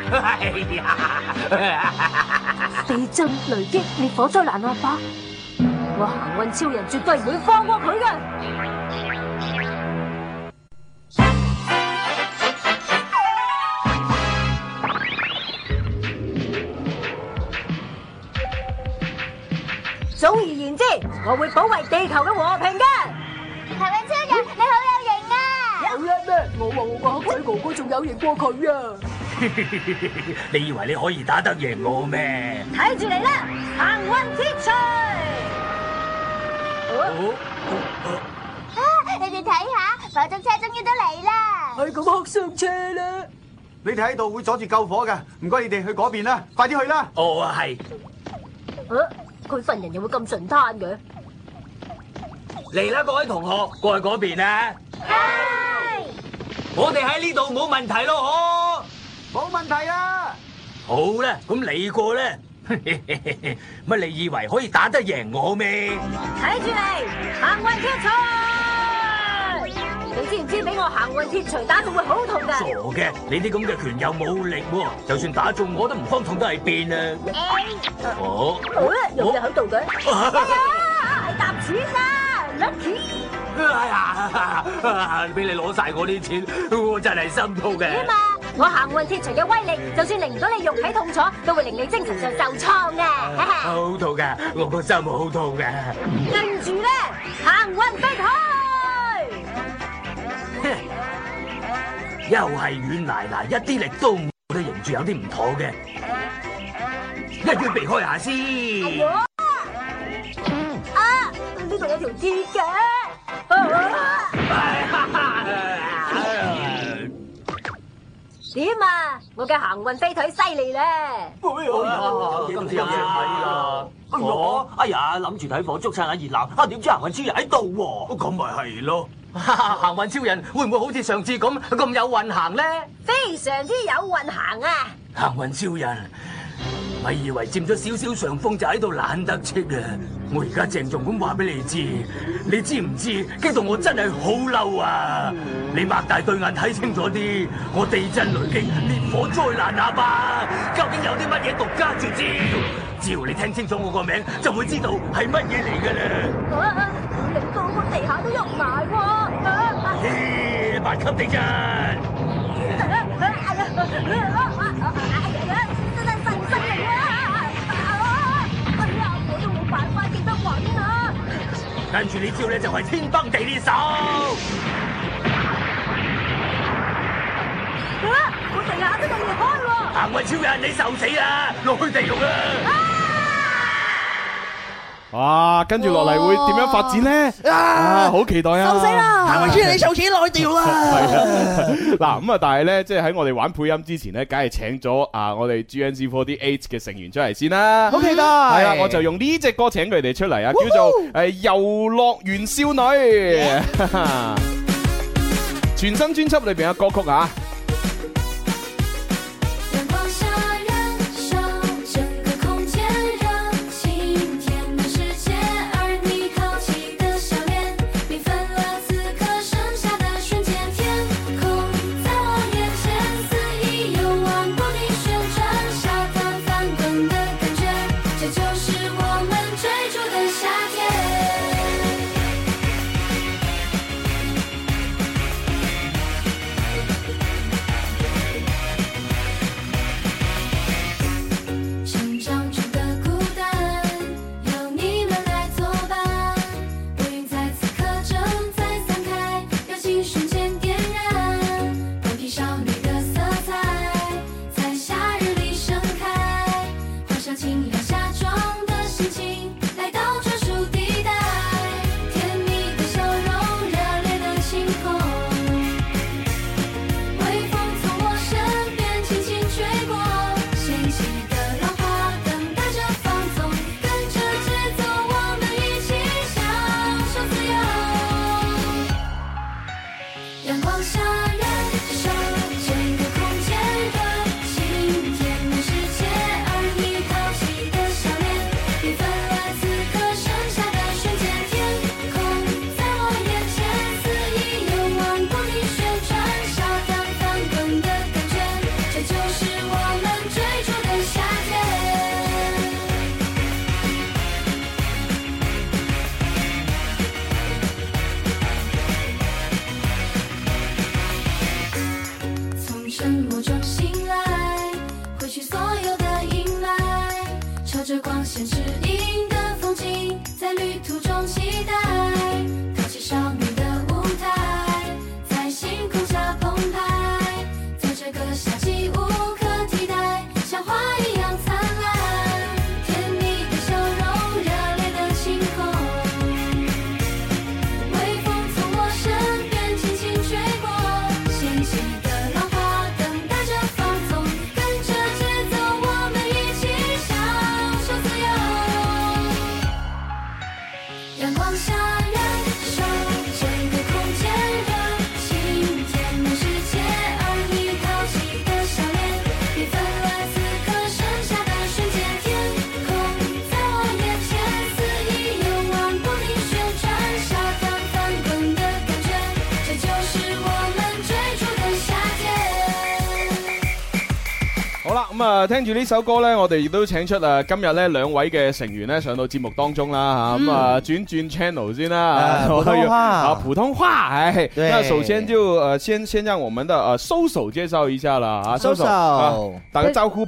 Speaker 11: 地震、雷擊、烈火災難阿伯，我行運超人絕對唔會放過佢嘅。總而言之，我會保衛地球嘅和平嘅。
Speaker 12: 行運超人，你好有型啊！
Speaker 11: 有啦咩？我話我個黑仔哥哥仲有型過佢啊！
Speaker 10: 你以為你可以打得贏我咩？
Speaker 11: 睇住嚟啦，行運鐵錘！
Speaker 12: 你哋睇下，火燭車終於都嚟啦！
Speaker 11: 係咁黑箱車啦！
Speaker 13: 你哋喺度會阻住救火㗎，唔該你哋去嗰邊啦，快啲去啦！
Speaker 10: 哦，係。
Speaker 11: 佢份人又會咁順攤嘅？
Speaker 10: 嚟啦，各位同學，過去嗰邊啊！係。我哋喺呢度冇問題咯，
Speaker 13: 冇問題啊！
Speaker 10: 好啦，咁你過啦。乜你以為可以打得贏我咩？
Speaker 11: 睇住嚟，行運鐵錘！你知唔知俾我行運鐵錘打中會好痛㗎？
Speaker 10: 傻嘅，你啲咁嘅拳又冇力喎，就算打中我都唔慌痛得喺邊啊！哦，
Speaker 11: 有嘢喺度嘅。哎呀，係搭錢啊 ，Lucky！
Speaker 10: 哎呀，俾你攞晒我啲錢，我真係心痛嘅。
Speaker 11: 點啊？我行運鐵錘嘅威力，就算令唔到你肉體痛楚，都會令你精神上受創嘅。
Speaker 10: 好痛㗎，我個心好痛㗎。
Speaker 11: 跟住咧，行運飛腿。
Speaker 10: 又係軟奶奶，一啲力都冇，都認住有啲唔妥嘅，一於避開下先。
Speaker 11: 啊！呢度有條鐵嘅。點啊？ 我嘅行運飛腿犀利咧！
Speaker 10: 今次有隻米啦！哎呀，諗住睇火燭趁下熱鬧，點知行運超人喺度喎？咁咪係咯！行運超人會唔會好似上次咁有運行咧？
Speaker 11: 非常之有運行啊！
Speaker 10: 行運超人，咪以為佔咗少少上風就喺度懶得戚啊！我而家鄭重咁話俾你知，你知唔知激到我真係好嬲啊！你擘大對眼睇清楚啲，我地震雷擊烈火災難喇叭，究竟有啲乜嘢獨家絕招？只要你聽清楚我個名，就會知道係乜嘢嚟㗎啦！
Speaker 11: 令到我地下都喐埋喎！
Speaker 10: 八級地震！跟住呢招咧就係天崩地裂手！
Speaker 11: 我地下都咁裂開喎！
Speaker 10: 行運超人，你受死啦！落去地獄啦！
Speaker 3: 哇，跟住落嚟會點樣發展咧？好期待啊！
Speaker 4: 受死啦！行運超人，你受死落去地獄啦！
Speaker 3: 係啊，嗱咁啊，但係咧，即係喺我哋玩配音之前咧，梗係請咗我哋 GNZ48 嘅成員出嚟先啦。
Speaker 4: 好期待！
Speaker 3: 係啊，我就用呢隻歌請佢哋出嚟啊，叫做遊樂園少女，全新專輯裏邊嘅歌曲啊。聽住呢首歌呢，我哋亦都請出今日呢兩位嘅成員呢上到節目當中啦吓，咁轉 channel 先啦，普通話，哎，那首先就先讓我們的搜手介紹一下啦，搜手打個招呼吧。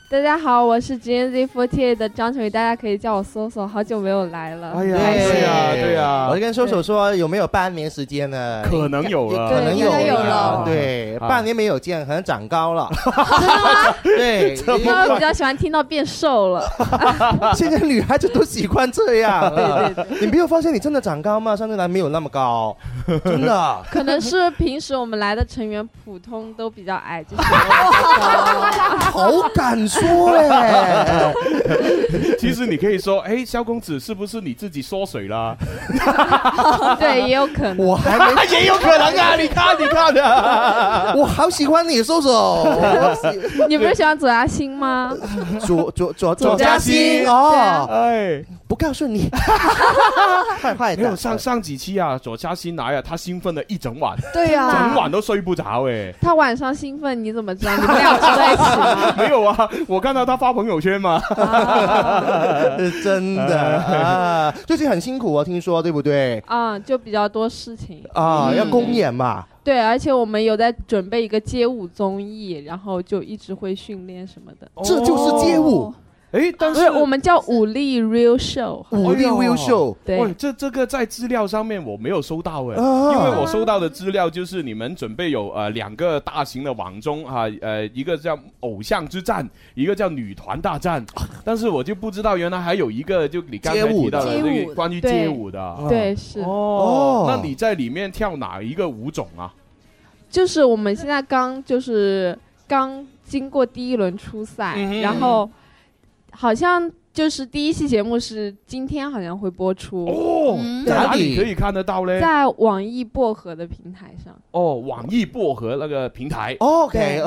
Speaker 14: 大家好，我是 GNZ48 的张成宇，大家可以叫我搜搜，好久没有来了。
Speaker 3: 哎呀，对呀，
Speaker 4: 我就跟搜搜说有没有半年时间呢？
Speaker 3: 可能有了，
Speaker 4: 可能有了。对，半年没有见，可能长高了。对，
Speaker 14: 我比较喜欢听到变瘦了。
Speaker 4: 现在女孩子都喜欢这样。
Speaker 14: 对，
Speaker 4: 你没有发现你真的长高吗？上次来没有那么高，真的。
Speaker 14: 可能是平时我们来的成员普通都比较矮，就是
Speaker 4: 好敢说哎。
Speaker 3: 其实你可以说，哎，萧公子是不是你自己缩水了？
Speaker 14: 对，也有可能。
Speaker 4: 我还没
Speaker 3: 也有可能啊！你看的，
Speaker 4: 我好喜欢你，搜搜。
Speaker 14: 你不是喜欢左嘉欣吗？
Speaker 4: 左嘉欣哦，
Speaker 3: 哎，
Speaker 4: 不告诉你，坏的。
Speaker 3: 没有上几期啊，左嘉欣来啊，他兴奋了一整晚，
Speaker 14: 对呀，
Speaker 3: 整晚都睡不着哎。
Speaker 14: 他晚上兴奋，你怎么知道？你们俩住在一起吗？
Speaker 3: 没有啊，我看到他发朋友圈嘛。
Speaker 4: 真的啊，最近很辛苦啊，听说对不对？
Speaker 14: 啊，就比较多事情
Speaker 4: 啊，要公演嘛。
Speaker 14: 对，而且我们有在准备一个街舞综艺，然后就一直会训练什么的。
Speaker 4: 这就是街舞。
Speaker 3: 哎，但是
Speaker 14: 我们叫武力 real show，
Speaker 4: 武力 real show。
Speaker 14: 对，
Speaker 3: 这个在资料上面我没有收到哎，因为我收到的资料就是你们准备有2个大型的网综啊，一个叫偶像之战，一个叫女团大战，但是我就不知道原来还有一个就你刚才提到的那个关于街舞的。
Speaker 14: 对，是。
Speaker 3: 哦，那你在里面跳哪一个舞种啊？
Speaker 14: 就是我们现在刚经过第一轮初赛，然后。好像就是第一期节目是今天好像会播出
Speaker 3: 哦，哪里可以看得到嘞？
Speaker 14: 在网易薄荷的平台上。
Speaker 3: 哦，网易薄荷那个平台。
Speaker 4: OK，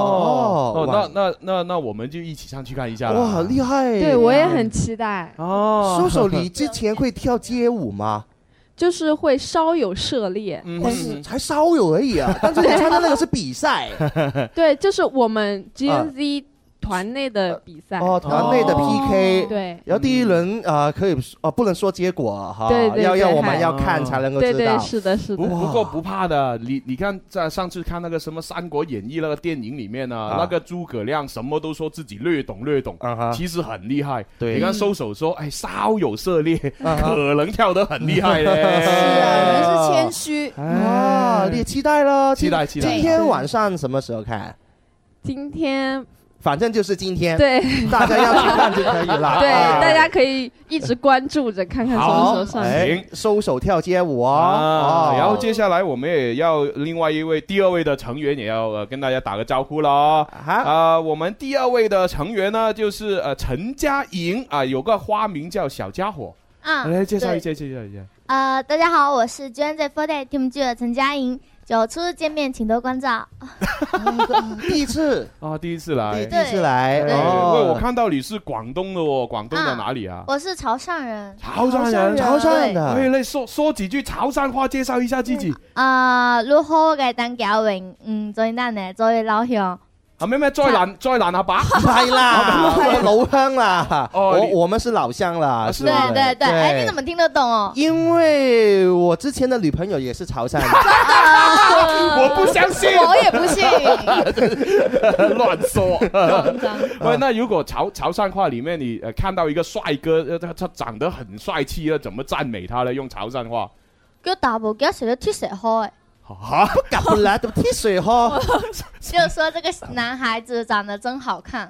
Speaker 3: 那我们就一起上去看一下了。
Speaker 4: 哇，好厉害！
Speaker 14: 对，我也很期待。
Speaker 3: 哦，
Speaker 4: 搜搜，你之前会跳街舞吗？
Speaker 14: 就是会稍有涉猎，
Speaker 4: 但是才稍有而已啊。但是你参加那个是比赛。
Speaker 14: 对，就是我们 GNZ。团内的比赛
Speaker 4: 哦，团内的 PK
Speaker 14: 对，
Speaker 4: 然后第一轮可以不能说结果哈，
Speaker 14: 对，
Speaker 4: 要我们要看才能够知道，
Speaker 14: 对，是的，是的。
Speaker 3: 不过不怕的，你看在上次看那个什么《三国演义》那个电影里面呢，那个诸葛亮什么都说自己略懂，其实很厉害。
Speaker 4: 对，
Speaker 3: 你看搜手说，哎，稍有涉猎，可能跳得很厉害嘞。
Speaker 5: 是啊，人是谦虚
Speaker 4: 啊，你也期待了，
Speaker 3: 期待。
Speaker 4: 今天晚上什么时候看？
Speaker 14: 今天。
Speaker 4: 反正就是今天，
Speaker 14: 对，
Speaker 4: 大家要去看就可以了。
Speaker 14: 对，大家可以一直关注着，看看什么时候上
Speaker 3: 映。
Speaker 4: 搜手跳街舞哦。
Speaker 3: 然后接下来我们也要另外第二位的成员也要跟大家打个招呼了。我们第二位的成员呢就是陈佳莹啊，有个花名叫小家伙。来介绍一下。
Speaker 12: 大家好，我是 GNZ48 Team G 的陈佳莹。初次见面，请多关照。
Speaker 4: 第一次
Speaker 3: 啊，第一次来。
Speaker 4: 因为
Speaker 3: 我看到你是广东的哦，广东的哪里啊？
Speaker 12: 我是潮汕人。
Speaker 4: 潮汕人的。
Speaker 3: 来说几句潮汕話，介紹一下自己。
Speaker 12: 你好嘅鄧教榮，最難呢，最老鄉。
Speaker 3: 咩再難阿爸？
Speaker 4: 唔係啦，老鄉啦。我們是老鄉啦。
Speaker 12: 對，哎，你怎麼聽得懂哦？
Speaker 4: 因為我之前的女朋友也是潮汕人。
Speaker 3: 我不相信，
Speaker 12: 我也不信。
Speaker 3: 亂說。喂，那如果潮汕話裡面你看到一個帥哥，他長得很帥氣，怎麼讚美他呢？用潮汕話。
Speaker 12: 叫大部叫成咗鐵蛇開。
Speaker 4: 不敢來的鐵水河，
Speaker 12: 就說這個男孩子長得真好看。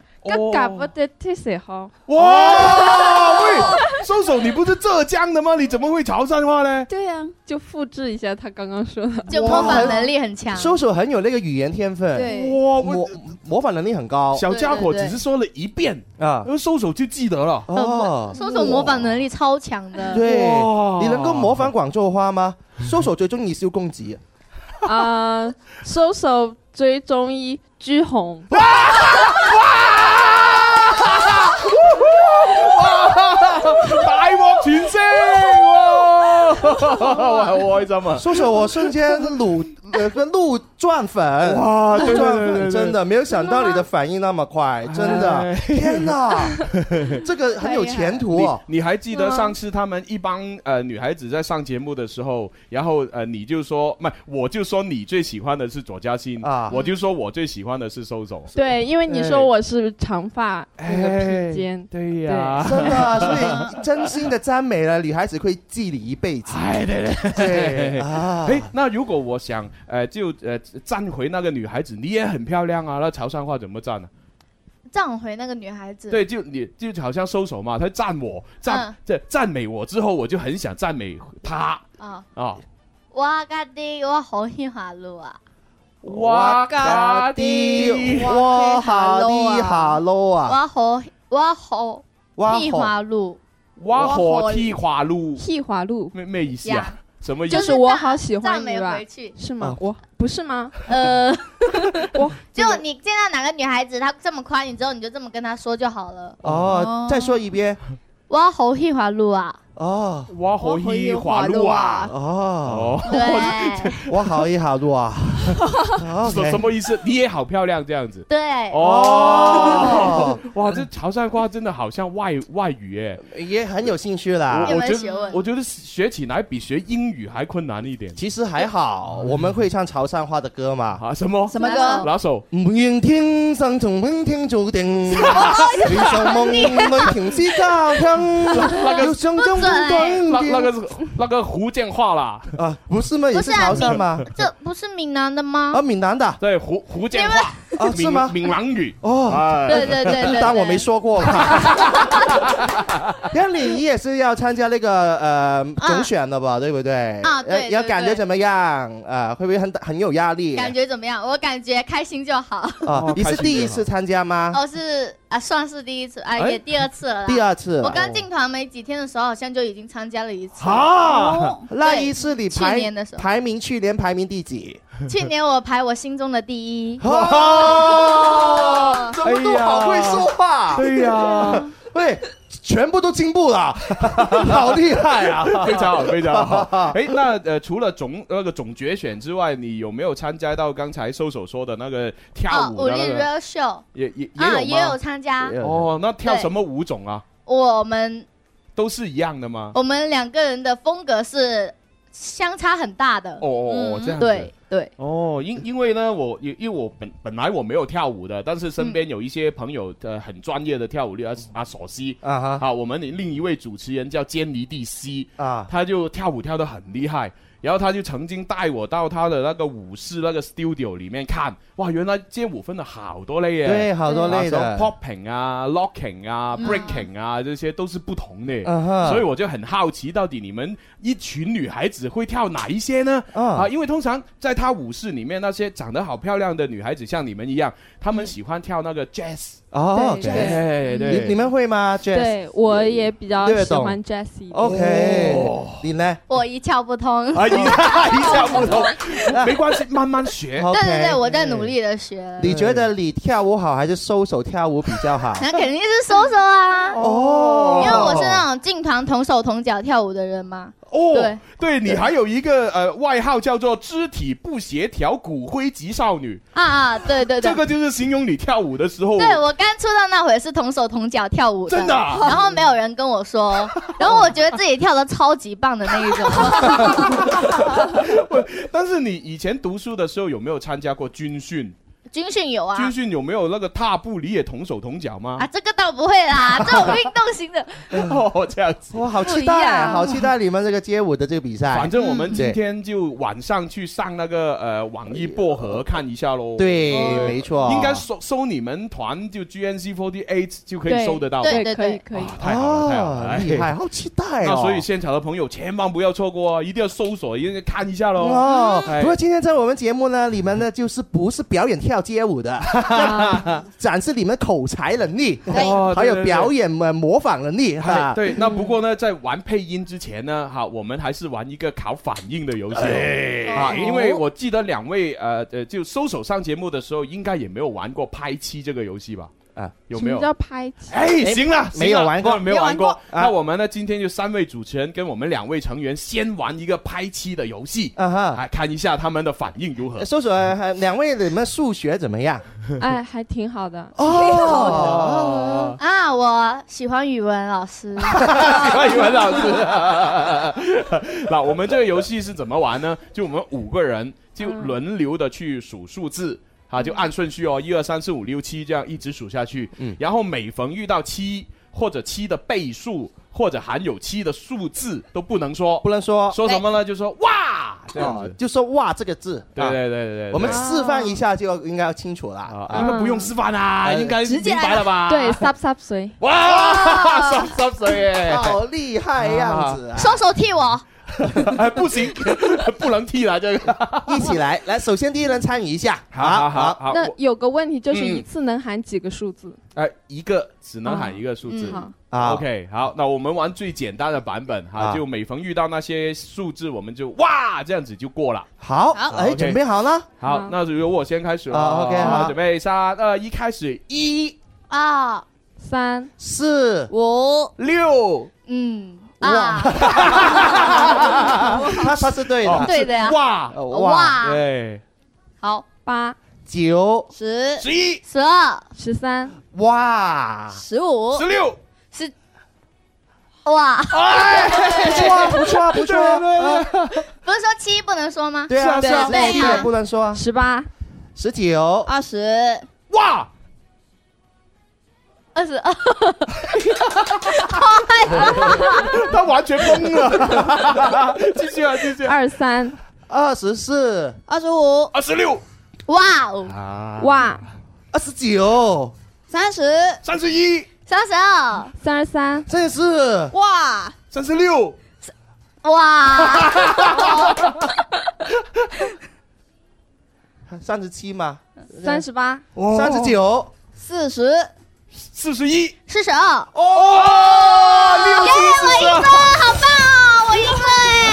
Speaker 3: 哇！喂，搜搜，你不是浙江的嗎？你怎麼會潮汕話呢？
Speaker 14: 對呀，就複製一下他剛剛說的，
Speaker 12: 就模仿能力很強。
Speaker 4: 搜搜很有那個語言天分，
Speaker 12: 對，
Speaker 4: 模仿能力很高。
Speaker 3: 小家伙只是說了一遍啊，搜搜就記得了。
Speaker 12: 搜搜模仿能力超強的。
Speaker 4: 對，你能夠模仿廣州話嗎？搜搜最中意蕭公子。
Speaker 14: 搜搜最中意朱紅。
Speaker 3: 哇！大獲全勝哇！好開心啊！
Speaker 4: 搜搜，我瞬間露赚粉
Speaker 3: 哇，对
Speaker 4: 赚粉，真的没有想到你的反应那么快，真的，天哪，这个很有前途哦。
Speaker 3: 你还记得上次他们一帮女孩子在上节目的时候，然后你就说，不，我就说你最喜欢的是左嘉欣啊，我就说我最喜欢的是收手。
Speaker 14: 对，因为你说我是长发那个披肩，
Speaker 3: 对呀，
Speaker 4: 真的，所以真心的赞美了，女孩子会记你一辈子。
Speaker 3: 哎，对啊，哎，那如果我想赞回那个女孩子，你也很漂亮啊，那潮汕话怎么赞呢？
Speaker 12: 赞回那个女孩子，
Speaker 3: 对，就好像收手嘛，他赞我，赞美我之后，我就很想赞美他啊。
Speaker 12: 我家啲我好喜歡路啊！
Speaker 4: 我家啲我下啲下路啊！
Speaker 12: 我好喜歡路，
Speaker 3: 我好喜歡路，
Speaker 14: 喜歡路
Speaker 3: 咩意思啊？什么意思？
Speaker 14: 就是我好喜欢你吧？是吗？我不是吗？
Speaker 12: 就你见到哪个女孩子，她这么夸你之后，你就这么跟她说就好了。
Speaker 4: 哦，再说一遍。
Speaker 12: 我好喜歡路啊！
Speaker 4: 哦，
Speaker 3: 我好喜歡路啊！
Speaker 4: 哦，
Speaker 12: 对，
Speaker 4: 我好喜歡路啊！
Speaker 3: 什么意思？你也好漂亮这样子。
Speaker 12: 对。
Speaker 3: 哦，哇，这潮汕话真的好像外语耶，
Speaker 4: 也很有兴趣啦。
Speaker 3: 我觉得学起来比学英语还困难一点。
Speaker 4: 其实还好，我们会唱潮汕话的歌嘛。
Speaker 3: 啊，什么
Speaker 5: 歌？
Speaker 3: 哪首？
Speaker 4: 愿天生从明天注定，你在梦里停止照亮。
Speaker 3: 那个福建话啦，
Speaker 4: 啊，不是吗？也是潮汕吗？
Speaker 12: 这不是闽南的吗？
Speaker 4: 啊，闽南的，
Speaker 3: 对，福建话
Speaker 4: 啊，是吗？
Speaker 3: 闽南语
Speaker 4: 哦，
Speaker 12: 对，
Speaker 4: 当我没说过。那你也是要参加那个总选的吧？对不对？
Speaker 12: 啊，对。
Speaker 4: 要感觉怎么样？会不会很有压力？
Speaker 12: 感觉怎么样？我感觉开心就好。
Speaker 4: 啊，你是第一次参加吗？
Speaker 12: 哦，是啊，算是第一次，也第二次了啦。
Speaker 4: 第二次，
Speaker 12: 我刚进团没几天的时候，好像就已经参加了一次。
Speaker 4: 啊，那一次你
Speaker 12: 去年的时候
Speaker 4: 去年排名第几？
Speaker 12: 去年我排我心中的第一。
Speaker 4: 哦，怎么都好会说话。对呀，喂。全部都进步了，好厉害啊！
Speaker 3: 非常好，非常好。哎，那除了总决选之外，你有没有参加到刚才收手说的那个跳舞？
Speaker 12: 武力 real show 也有参加。
Speaker 3: 哦，那跳什么舞种啊？
Speaker 12: 我们
Speaker 3: 都是一样的吗？
Speaker 12: 我们两个人的风格是相差很大的。
Speaker 3: 哦，这样子。
Speaker 12: 对。
Speaker 3: 哦，因为呢，因为我本来我没有跳舞的，但是身边有一些朋友很专业的跳舞，阿索西啊，我们另一位主持人叫坚尼蒂西啊，他就跳舞跳得很厉害。然后他就曾经带我到他的那个舞室那个 studio 里面看，哇，原来街舞分了好多类耶，
Speaker 4: 对，好多类的
Speaker 3: ，popping 啊 ，locking 啊 ，breaking 啊，这些都是不同的，所以我就很好奇，到底你们一群女孩子会跳哪一些呢？因为通常在他舞室里面那些长得好漂亮的女孩子，像你们一样，她们喜欢跳那个 jazz。
Speaker 4: 哦，
Speaker 3: 对，
Speaker 4: 你们会吗 ？Jazz，
Speaker 14: 对我也比较喜欢 Jazz。
Speaker 4: OK， 你呢？
Speaker 12: 我一窍不通。
Speaker 3: 一窍不通，没关系，慢慢学。
Speaker 12: 对，我在努力的学。
Speaker 4: 你觉得你跳舞好还是收手跳舞比较好？
Speaker 12: 那肯定是收手啊！哦，因为我是那种进团同手同脚跳舞的人嘛。
Speaker 3: 哦，对，你还有一个外号叫做肢体不协调骨灰级少女
Speaker 12: 啊，对，
Speaker 3: 这个就是形容你跳舞的时候。
Speaker 12: 对，我刚出道那会是同手同脚跳舞的，
Speaker 3: 真的，
Speaker 12: 然后没有人跟我说，然后我觉得自己跳的超级棒的那一种。
Speaker 3: 但是你以前读书的时候有没有参加过军训？
Speaker 12: 军训有啊，
Speaker 3: 军训有没有那个踏步你也同手同脚吗？
Speaker 12: 啊，这个倒不会啦，这种运动型的。
Speaker 3: 哦，这样子，
Speaker 4: 哇，好期待，好期待你们这个街舞的这个比赛。
Speaker 3: 反正我们今天就晚上去上那个网易薄荷看一下喽。
Speaker 4: 对，没错，
Speaker 3: 应该搜你们团就 GNZ48 就可以搜得到。
Speaker 12: 对，
Speaker 14: 可以。
Speaker 3: 太好了，
Speaker 4: 厉害，好期待哦！
Speaker 3: 那所以现场的朋友千万不要错过，一定要搜索，一定要看一下喽。
Speaker 4: 哦，不过今天在我们节目呢，你们呢就是不是表演跳街舞的。展示你们口才能力，还有表演模仿能力。
Speaker 3: 对，那不过呢，在玩配音之前呢，我们还是玩一个考反应的游戏因为我记得两位就收手上节目的时候，应该也没有玩过拍七这个游戏吧？
Speaker 4: 啊，
Speaker 3: 有没有？
Speaker 14: 什么叫拍棋？
Speaker 3: 哎，行了，
Speaker 4: 没有玩过，
Speaker 3: 没有玩过。那我们呢？今天就3位主持人跟我们2位成员先玩一个拍七的游戏，看一下他们的反应如何。
Speaker 4: 说说2位你们数学怎么样？
Speaker 14: 哎，还挺好的。
Speaker 12: 哦啊，我喜欢语文老师，
Speaker 3: 喜欢语文老师。那我们这个游戏是怎么玩呢？就我们5个人就轮流的去数数字。就按顺序哦，1、2、3、4、5、6、7这样一直数下去。然后每逢遇到7或者7的倍数或者含有7的数字都不能说，说什么呢？就说哇这样子，
Speaker 4: 就说哇这个字。
Speaker 3: 对，
Speaker 4: 我们示范一下就应该清楚了。
Speaker 3: 应该不用示范啊，应该明白了吧？
Speaker 14: 对，濕水。
Speaker 3: 哇，濕水耶，
Speaker 4: 好厉害样子啊！
Speaker 12: 双手替我。
Speaker 3: 不行，不能替了，这个
Speaker 4: 一起来，首先第一人参与一下。
Speaker 3: 好。
Speaker 14: 那有个问题就是一次能喊几个数字？
Speaker 3: 一个只能喊一个数字。OK， 好，那我们玩最简单的版本就每逢遇到那些数字，我们就哇这样子就过了。
Speaker 4: 好，准备好了。
Speaker 3: 好，那由我先开始
Speaker 4: 了。OK， 好，
Speaker 3: 准备3、2、1，开始。1、
Speaker 12: 2、
Speaker 14: 3、
Speaker 4: 4、
Speaker 12: 5、
Speaker 3: 6。
Speaker 4: 哇，他是对的，
Speaker 12: 对的呀。
Speaker 4: 哇，
Speaker 3: 对。
Speaker 14: 好，8、
Speaker 4: 9、
Speaker 12: 10、
Speaker 3: 11、
Speaker 12: 12、
Speaker 14: 13。
Speaker 4: 哇
Speaker 12: ，15、
Speaker 3: 16、
Speaker 12: 哇，
Speaker 4: 不错。
Speaker 12: 不是说7不能说吗？
Speaker 4: 对啊，7也不能说。
Speaker 14: 18、
Speaker 4: 19、
Speaker 12: 20。
Speaker 3: 哇
Speaker 12: 22，
Speaker 3: 他完全懵了。继续。
Speaker 14: 23、
Speaker 4: 24、
Speaker 12: 25、
Speaker 3: 26。
Speaker 12: 哇
Speaker 4: 29、
Speaker 12: 30、
Speaker 3: 31、
Speaker 12: 32、
Speaker 14: 33、
Speaker 4: 34。
Speaker 12: 哇
Speaker 3: 36。
Speaker 12: 哇
Speaker 4: 37吗
Speaker 14: ？38、
Speaker 4: 39、
Speaker 12: 40、
Speaker 3: 41、
Speaker 12: 42。
Speaker 3: 哦，6、7、
Speaker 12: 我赢了，好棒哦！我赢了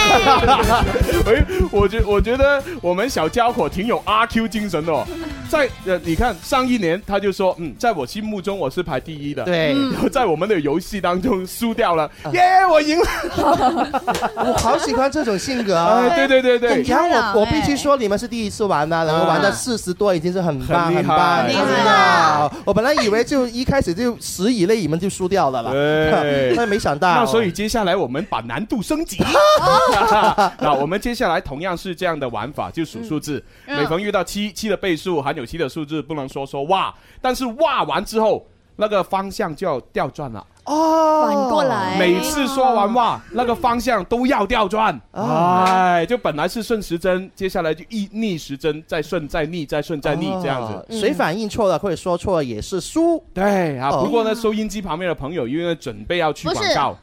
Speaker 3: 我觉得我们小家伙挺有阿 Q 精神的哦。你看上一年他就说，在我心目中我是排第1的，
Speaker 4: 对，
Speaker 3: 然后在我们的游戏当中输掉了，我赢了。
Speaker 4: 我好喜欢这种性格啊！
Speaker 3: 对。
Speaker 4: 你看我必须说，你们是第一次玩的，能够玩到40多已经是很棒，很棒，真的。我本来以为就一开始就10以内你们就输掉了啦，但没想到。
Speaker 3: 那所以接下来我们把难度升级。那我们接下来同样是这样的玩法，就数数字。每逢遇到7的倍数含有7的数字不能说哇，但是哇完之后那个方向就要调转了。
Speaker 12: 反过来，
Speaker 3: 每次说完哇，那个方向都要调转。就本来是顺时针，接下来就逆时针，再顺再逆，再顺再逆，这样子。
Speaker 4: 谁反应错了或者说错了也是输。
Speaker 3: 对啊，不过呢，收音机旁边的朋友因为准备要去广告。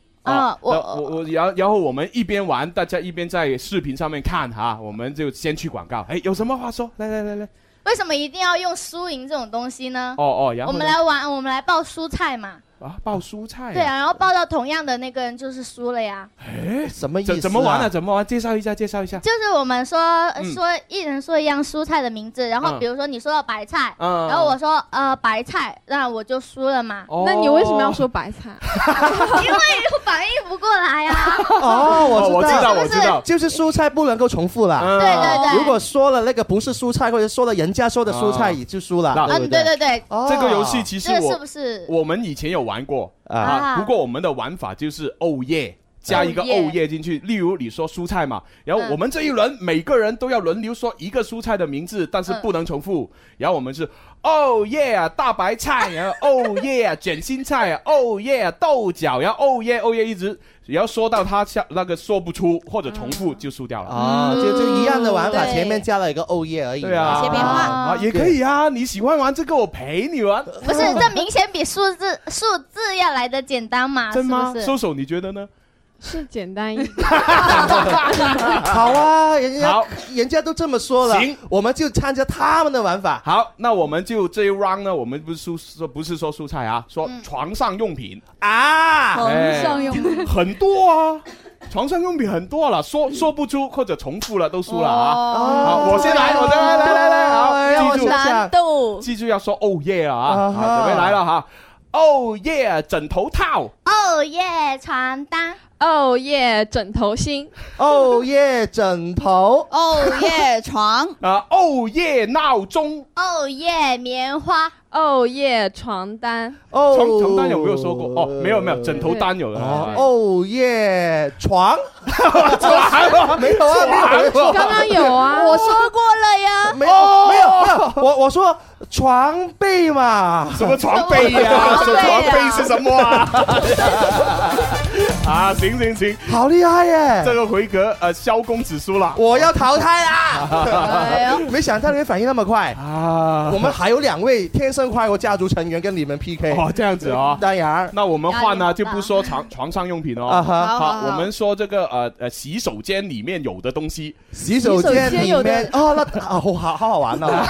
Speaker 3: 然后我们一边玩，大家一边在视频上面看哈，我们就先去广告。有什么话说？来。
Speaker 12: 为什么一定要用输赢这种东西呢？
Speaker 3: 然后
Speaker 12: 我们来报蔬菜嘛。
Speaker 3: 报蔬菜。
Speaker 12: 对啊，然后报到同样的那个人就是输了呀。
Speaker 4: 什么意思？
Speaker 3: 怎么玩？介绍一下。
Speaker 12: 就是我们说一人说一样蔬菜的名字，然后比如说你说到白菜，然后我说白菜，那我就输了嘛。
Speaker 14: 那你为什么要说白菜？
Speaker 12: 因为反应不过来呀。
Speaker 4: 我知
Speaker 3: 道，
Speaker 4: 就是蔬菜不能够重复了。
Speaker 12: 对。
Speaker 4: 如果说了那个不是蔬菜，或者说了人家说的蔬菜，也就输了。
Speaker 12: 对。
Speaker 3: 这个游戏其实
Speaker 12: 是不是
Speaker 3: 我们以前有玩过不过我们的玩法就是oh yeah加一个oh yeah进去。例如你说蔬菜嘛，然后我们这一轮每个人都要轮流说一个蔬菜的名字，但是不能重复。然后我们是oh yeah 大白菜，然后oh yeah 卷心菜，oh yeah 豆角，然后oh yeah 一直，然后说到他那个说不出或者重复就输掉了。
Speaker 4: 就一样的玩法，前面加了一个oh yeah而已。
Speaker 3: 对啊，
Speaker 12: 斜边话
Speaker 3: 也可以啊，你喜欢玩这个我陪你玩。
Speaker 12: 不是，这明显比数字要来的简单嘛？
Speaker 3: 真吗？
Speaker 12: 是
Speaker 3: 收你觉得呢？
Speaker 14: 是简单一点。
Speaker 4: 好啊，人家都这么说了，
Speaker 3: 行，
Speaker 4: 我们就参加他们的玩法。
Speaker 3: 好，那我们就这一 round 呢，我们不是说蔬菜啊，说床上用品啊，
Speaker 12: 床上用品
Speaker 3: 很多啊。床上用品很多了，说不出或者重复了都输了啊！好，我先来，来，
Speaker 4: 让我想想，
Speaker 3: 记住要说 Oh yeah 啊！好，准备来了哈。Oh yeah， 枕头套。
Speaker 12: Oh yeah， 床单。
Speaker 14: Oh yeah， 枕头芯。
Speaker 4: Oh yeah， 枕头。
Speaker 5: Oh yeah， 床。
Speaker 3: Oh yeah， 闹钟。
Speaker 12: Oh yeah， 棉花。
Speaker 14: Oh yeah， 床单。
Speaker 3: 床单有没有说过？哦，没有，枕头单有了。
Speaker 4: Oh yeah， 床。没有啊，
Speaker 14: 刚刚有啊，
Speaker 5: 我说过了呀。
Speaker 4: 没有，我说床被嘛。
Speaker 3: 什么床被呀？床被是什么啊？啊，行，
Speaker 4: 好厉害耶！
Speaker 3: 这个回合萧公子输了，
Speaker 4: 我要淘汰啦！没想到你们反应那么快啊！我们还有2位天生快活家族成员跟你们 PK
Speaker 3: 哦，这样子哦。
Speaker 4: 当然，
Speaker 3: 那我们换呢，就不说床上用品哦。好，我们说这个洗手间里面有的东西。
Speaker 4: 洗手间里面哦，那好玩哦。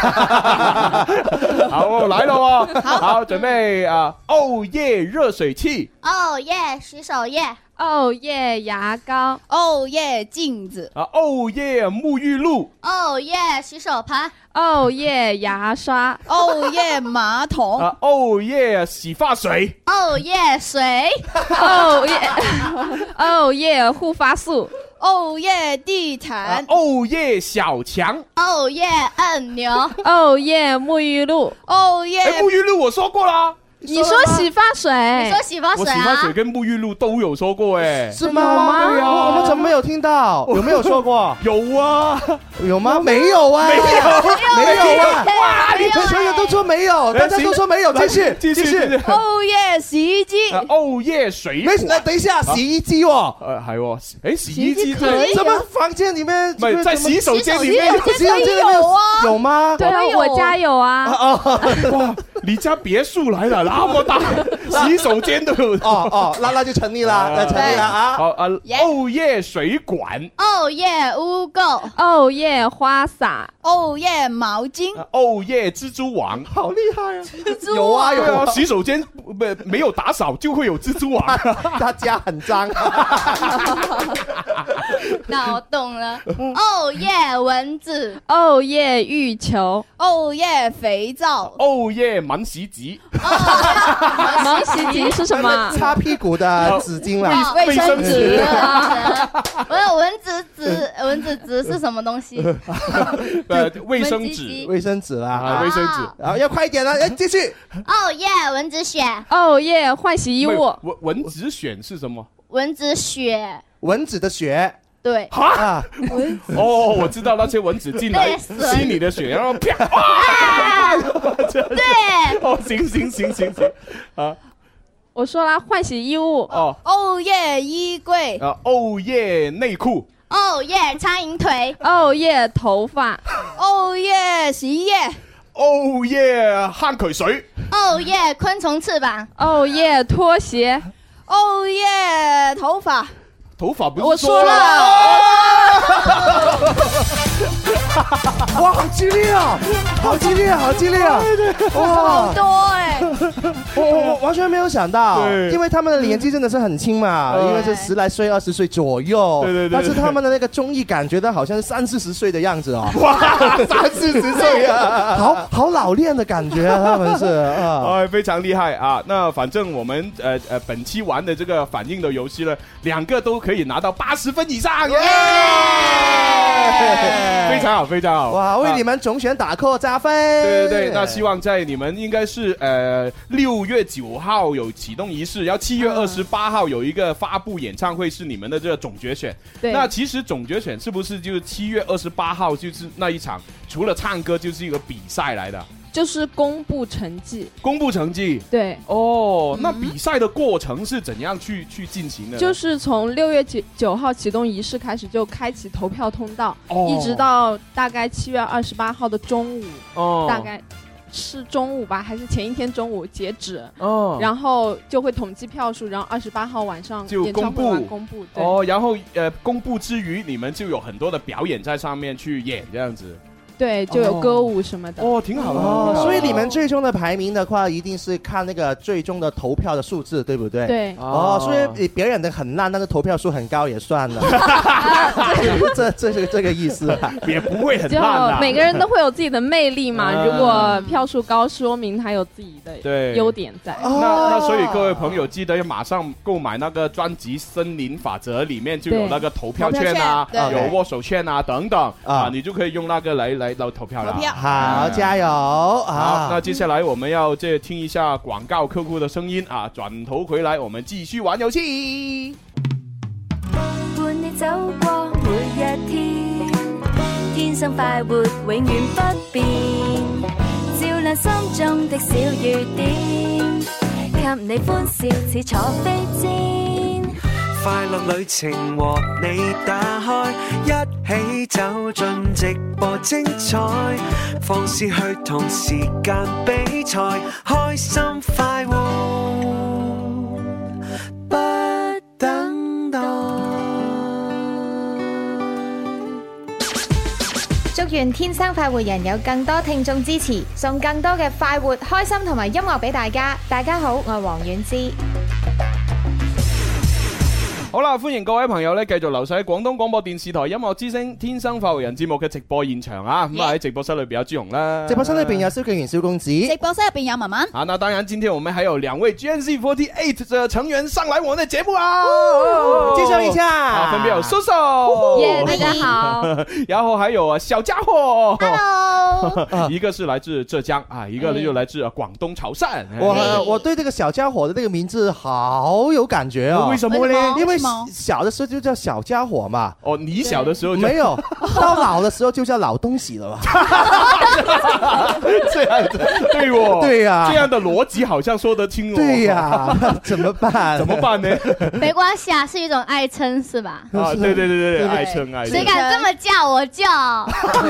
Speaker 3: 好，来了哦。好，准备Oh yeah， 热水器。
Speaker 12: Oh yeah， 洗手液。
Speaker 14: Oh yeah， 牙膏。
Speaker 5: Oh yeah， 镜子。
Speaker 3: Oh yeah， 沐浴露。
Speaker 12: Oh yeah， 洗手盆。
Speaker 14: Oh yeah， 牙刷。
Speaker 5: Oh yeah， 马桶。
Speaker 3: Oh yeah， 洗发水。
Speaker 12: Oh yeah， 水。
Speaker 14: Oh yeah，Oh yeah， 护发素。
Speaker 5: Oh yeah， 地毯。
Speaker 3: Oh yeah， 小强。
Speaker 12: Oh yeah， 按钮。
Speaker 14: Oh yeah， 沐浴露。
Speaker 5: Oh yeah，
Speaker 3: 沐浴露我说过啦。
Speaker 14: 你说洗发水，
Speaker 12: 你说洗发水啊？
Speaker 3: 我洗发水跟沐浴露都有说过哎，
Speaker 4: 是吗？对呀，我们怎么没有听到？有没有说过？
Speaker 3: 有啊，
Speaker 4: 有吗？没有啊，没有啊！哇，你们所有都说没有，大家都说没有，继续。
Speaker 5: Oh yeah， 洗衣机。
Speaker 3: Oh yeah， 水果。
Speaker 4: 等一下，洗衣机哦。
Speaker 3: 还有，洗衣机
Speaker 4: 怎么房间里面？
Speaker 3: 不在洗手间里面
Speaker 5: 有啊？
Speaker 4: 有吗？
Speaker 14: 对啊，我家有啊。
Speaker 3: 哇，你家别墅来了。那么大，洗手间都有
Speaker 4: 那就成立了，啊！
Speaker 3: 好Oh yeah， 水管。
Speaker 12: Oh yeah， 污垢。
Speaker 14: Oh yeah， 花洒。
Speaker 5: Oh yeah， 毛巾。
Speaker 3: Oh yeah， 蜘蛛网。
Speaker 4: 好厉害啊！
Speaker 5: 有
Speaker 4: 啊！
Speaker 3: 洗手间没有打扫就会有蜘蛛网，
Speaker 4: 他家很脏。
Speaker 12: 那我懂了。Oh yeah， 蚊子。
Speaker 14: Oh yeah， 浴球。
Speaker 5: Oh yeah， 肥皂。
Speaker 3: Oh yeah， 满洗纸。
Speaker 14: 毛洗巾是什么？
Speaker 4: 擦屁股的纸巾啦，
Speaker 5: 卫生纸。
Speaker 12: 我有蚊子纸是什么东西？
Speaker 3: 卫生纸，
Speaker 4: 卫生纸啦，
Speaker 3: 卫生纸。
Speaker 4: 然后要快一点了，继续。
Speaker 12: Oh yeah， 蚊子血。
Speaker 14: Oh yeah， 换洗衣物。
Speaker 3: 蚊子血是什么？
Speaker 12: 蚊子血。
Speaker 4: 蚊子的血。
Speaker 12: 对
Speaker 3: 啊，哦，我知道那些蚊子进来吸你的血，然后啪，
Speaker 12: 对，
Speaker 3: 哦，行啊，
Speaker 14: 我说啦，换洗衣物。
Speaker 5: Oh yeah， 衣柜。
Speaker 3: Oh yeah， 内裤。
Speaker 12: Oh yeah， 苍蝇腿。
Speaker 14: Oh yeah， 头发。
Speaker 5: Oh yeah， 洗衣液。
Speaker 3: Oh yeah， 汗口水。
Speaker 12: Oh yeah， 昆虫翅膀。
Speaker 14: Oh yeah， 拖鞋。
Speaker 5: Oh yeah， 头发。
Speaker 3: 头发不是
Speaker 14: 我说了。
Speaker 4: 哇，好激烈啊！好激烈啊！
Speaker 5: 哇，好多哎！
Speaker 4: 我完全没有想到，因为他们的年纪真的是很轻嘛，因为是10来岁、20岁左右。
Speaker 3: 对。
Speaker 4: 但是他们的那个综艺感觉到好像是30-40岁的样子哦。
Speaker 3: 哇，30-40岁啊！
Speaker 4: 好老练的感觉啊，他们是
Speaker 3: 啊，非常厉害啊！那反正我们本期玩的这个反应的游戏呢，2个都可以拿到80分以上，耶！非常好，非常好！
Speaker 4: 哇，为你们总选打 call 加分。
Speaker 3: 对，那希望在你们应该是6月9号有启动仪式，然后7月28号有一个发布演唱会，是你们的这个总决选。
Speaker 14: 对，
Speaker 3: 那其实总决选是不是就是7月28号就是那一场，除了唱歌就是一个比赛来的？
Speaker 14: 就是公布成绩。
Speaker 3: 对哦，那比赛的过程是怎样去进行的？
Speaker 14: 就是从6月9号启动仪式开始就开启投票通道，一直到大概7月28号的中午，大概是中午吧，还是前一天中午截止，然后就会统计票数，然后28号晚上
Speaker 3: 就
Speaker 14: 公布。
Speaker 3: 对然后公布之余，你们就有很多的表演在上面去演这样子。
Speaker 14: 对，就有歌舞什么的。
Speaker 3: 哦，挺好的。
Speaker 4: 所以你们最终的排名的话，一定是看那个最终的投票的数字，对不对？
Speaker 14: 对。
Speaker 4: 所以别人的很烂，但是投票数很高也算了。这是这个意思，
Speaker 3: 也不会很烂啊。
Speaker 14: 每个人都会有自己的魅力嘛。如果票数高，说明他有自己的优点在。
Speaker 3: 那所以各位朋友记得要马上购买那个专辑《森林法则》，里面就有那个投票券啊，有握手券啊等等啊，你就可以用那个来投票了。
Speaker 4: 好，加油！
Speaker 3: 好，那接下来我们要听一下广告客户的声音啊，转头回来我们繼續玩遊戲。
Speaker 8: 伴你走過每一天，天生快活永遠不變，照亮心中的小雨點，給你歡笑似坐飛氈。
Speaker 15: 快樂旅程和你打開，一起走進直播精彩，放肆去同時間比賽，開心快活不等待。
Speaker 16: 祝願天生快活人有更多聽眾支持，送更多嘅快活、開心同埋音樂俾大家。大家好，我係黃婉之。
Speaker 3: 好啦，歡迎各位朋友咧，繼續留守喺廣東廣播電視台音樂之聲天生快活人節目嘅直播現場啊！咁喺直播室裏邊有朱紅啦，
Speaker 4: 直播室裏邊有蕭敬元、蕭公子，
Speaker 5: 直播室入邊有文文。
Speaker 3: 啊，那當然，今天我們還有兩位 GNZ48 的成員上來我們的節目啊！
Speaker 4: 介紹一下，
Speaker 3: 分別有蘇蘇，
Speaker 14: 大家好，
Speaker 3: 然後還有小家伙
Speaker 5: ，Hello，
Speaker 3: 一個是來自浙江啊，一個呢就來自廣東潮汕。
Speaker 4: 我對這個小家伙的這個名字好有感覺啊！
Speaker 3: 為什麼呢？
Speaker 4: 因為小的時候就叫小家伙嘛。
Speaker 3: 哦，你小的時候就
Speaker 4: 沒有，到老的時候就叫老東西了嘛。
Speaker 3: 這樣的，對哦，
Speaker 4: 對呀，
Speaker 3: 這樣的邏輯好像說得清哦。
Speaker 4: 對呀，怎麼辦？
Speaker 3: 怎麼辦呢？
Speaker 12: 沒關係啊，是一種愛稱是吧？
Speaker 3: 啊，對對對對，愛稱愛稱。
Speaker 12: 誰敢這麼叫我叫？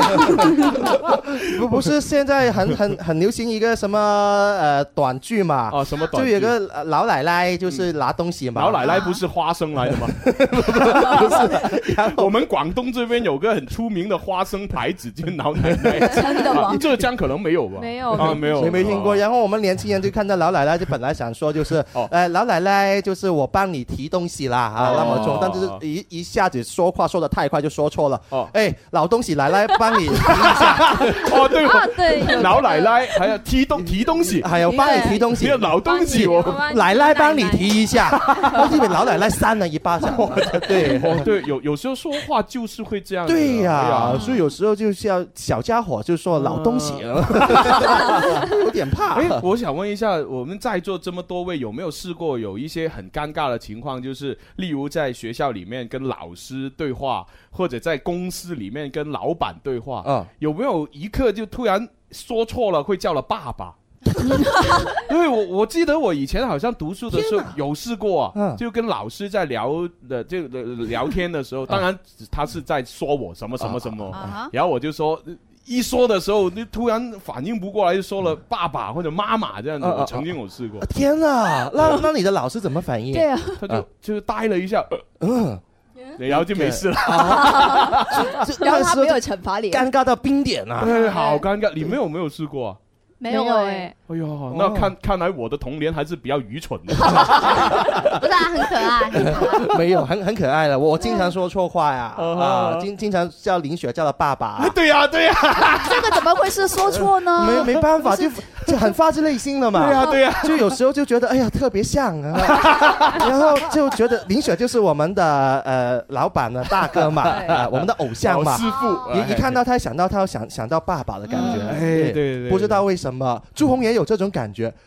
Speaker 4: 不是現在很流行一個什麼短劇嘛？
Speaker 3: 哦，什麼短劇？
Speaker 4: 就有個老奶奶就是拿東西嘛。
Speaker 3: 老奶奶不是花生來的嗎？
Speaker 4: 不是，
Speaker 3: 我們廣東這邊有個很出名的花生牌子，叫老奶奶。
Speaker 5: 真的嗎？
Speaker 3: 浙江可能沒有吧？
Speaker 14: 沒有
Speaker 3: 啊，沒有，
Speaker 4: 誰沒聽過？然後我們年輕人就看到老奶奶，就本來想說就是，老奶奶就是我幫你提東西啦啊，那麼重，但是一下子說話說得太快就說錯了。哦，哎，老東西，奶奶幫你提一下。
Speaker 3: 哦，對
Speaker 14: 對，
Speaker 3: 老奶奶還要提東西，
Speaker 4: 還有幫你提東西，
Speaker 3: 老東西我
Speaker 4: 奶奶幫你提一下，我以為老奶奶扇了一巴掌。對，
Speaker 3: 哦對，有時候說話就是會這樣。
Speaker 4: 對呀，所以有時候就是要小家伙就說老東西，有點怕。
Speaker 3: 哎，我想問一下，我們在座這麼多位，有沒有試過有一些很尷尬的情況，就是例如在學校裡面跟老師對話，或者在公司裡面跟老闆對話，有沒有一刻就突然說錯了，會叫了爸爸？因為我記得我以前好像讀書的時候有試過啊，就跟老師在聊天的時候，當然他是在說我什麼什麼什麼，然後我就說，一說的時候你突然反應不過來，就說了爸爸或者媽媽這樣子，我曾經有試過。
Speaker 4: 天哪，那你的老師怎麼反應？
Speaker 5: 對啊，
Speaker 3: 他就呆了一下，然後就沒事了。
Speaker 5: 然後他沒有懲罰你，
Speaker 4: 尷尬到冰點啊！
Speaker 3: 對，好尷尬。你們有沒有試過啊？
Speaker 14: 沒有哎。
Speaker 3: 哎呀，那看來我的童年還是比較愚蠢的。
Speaker 12: 不是啊，很可愛。
Speaker 4: 沒有，很可愛的。我經常說錯話呀，經常叫林雪叫了爸爸。
Speaker 3: 對呀，對呀。
Speaker 5: 這個怎麼會是說錯呢？
Speaker 4: 沒辦法，就很發自內心的嘛。
Speaker 3: 對呀，對呀。
Speaker 4: 就有時候就覺得，哎呀，特別像啊。然後就覺得林雪就是我們的老闆的大哥嘛，我們的偶像嘛。
Speaker 3: 師傅。
Speaker 4: 一看到他，想到爸爸的感覺。
Speaker 3: 對對對。
Speaker 4: 不知道為什麼，朱紅也有這種感覺。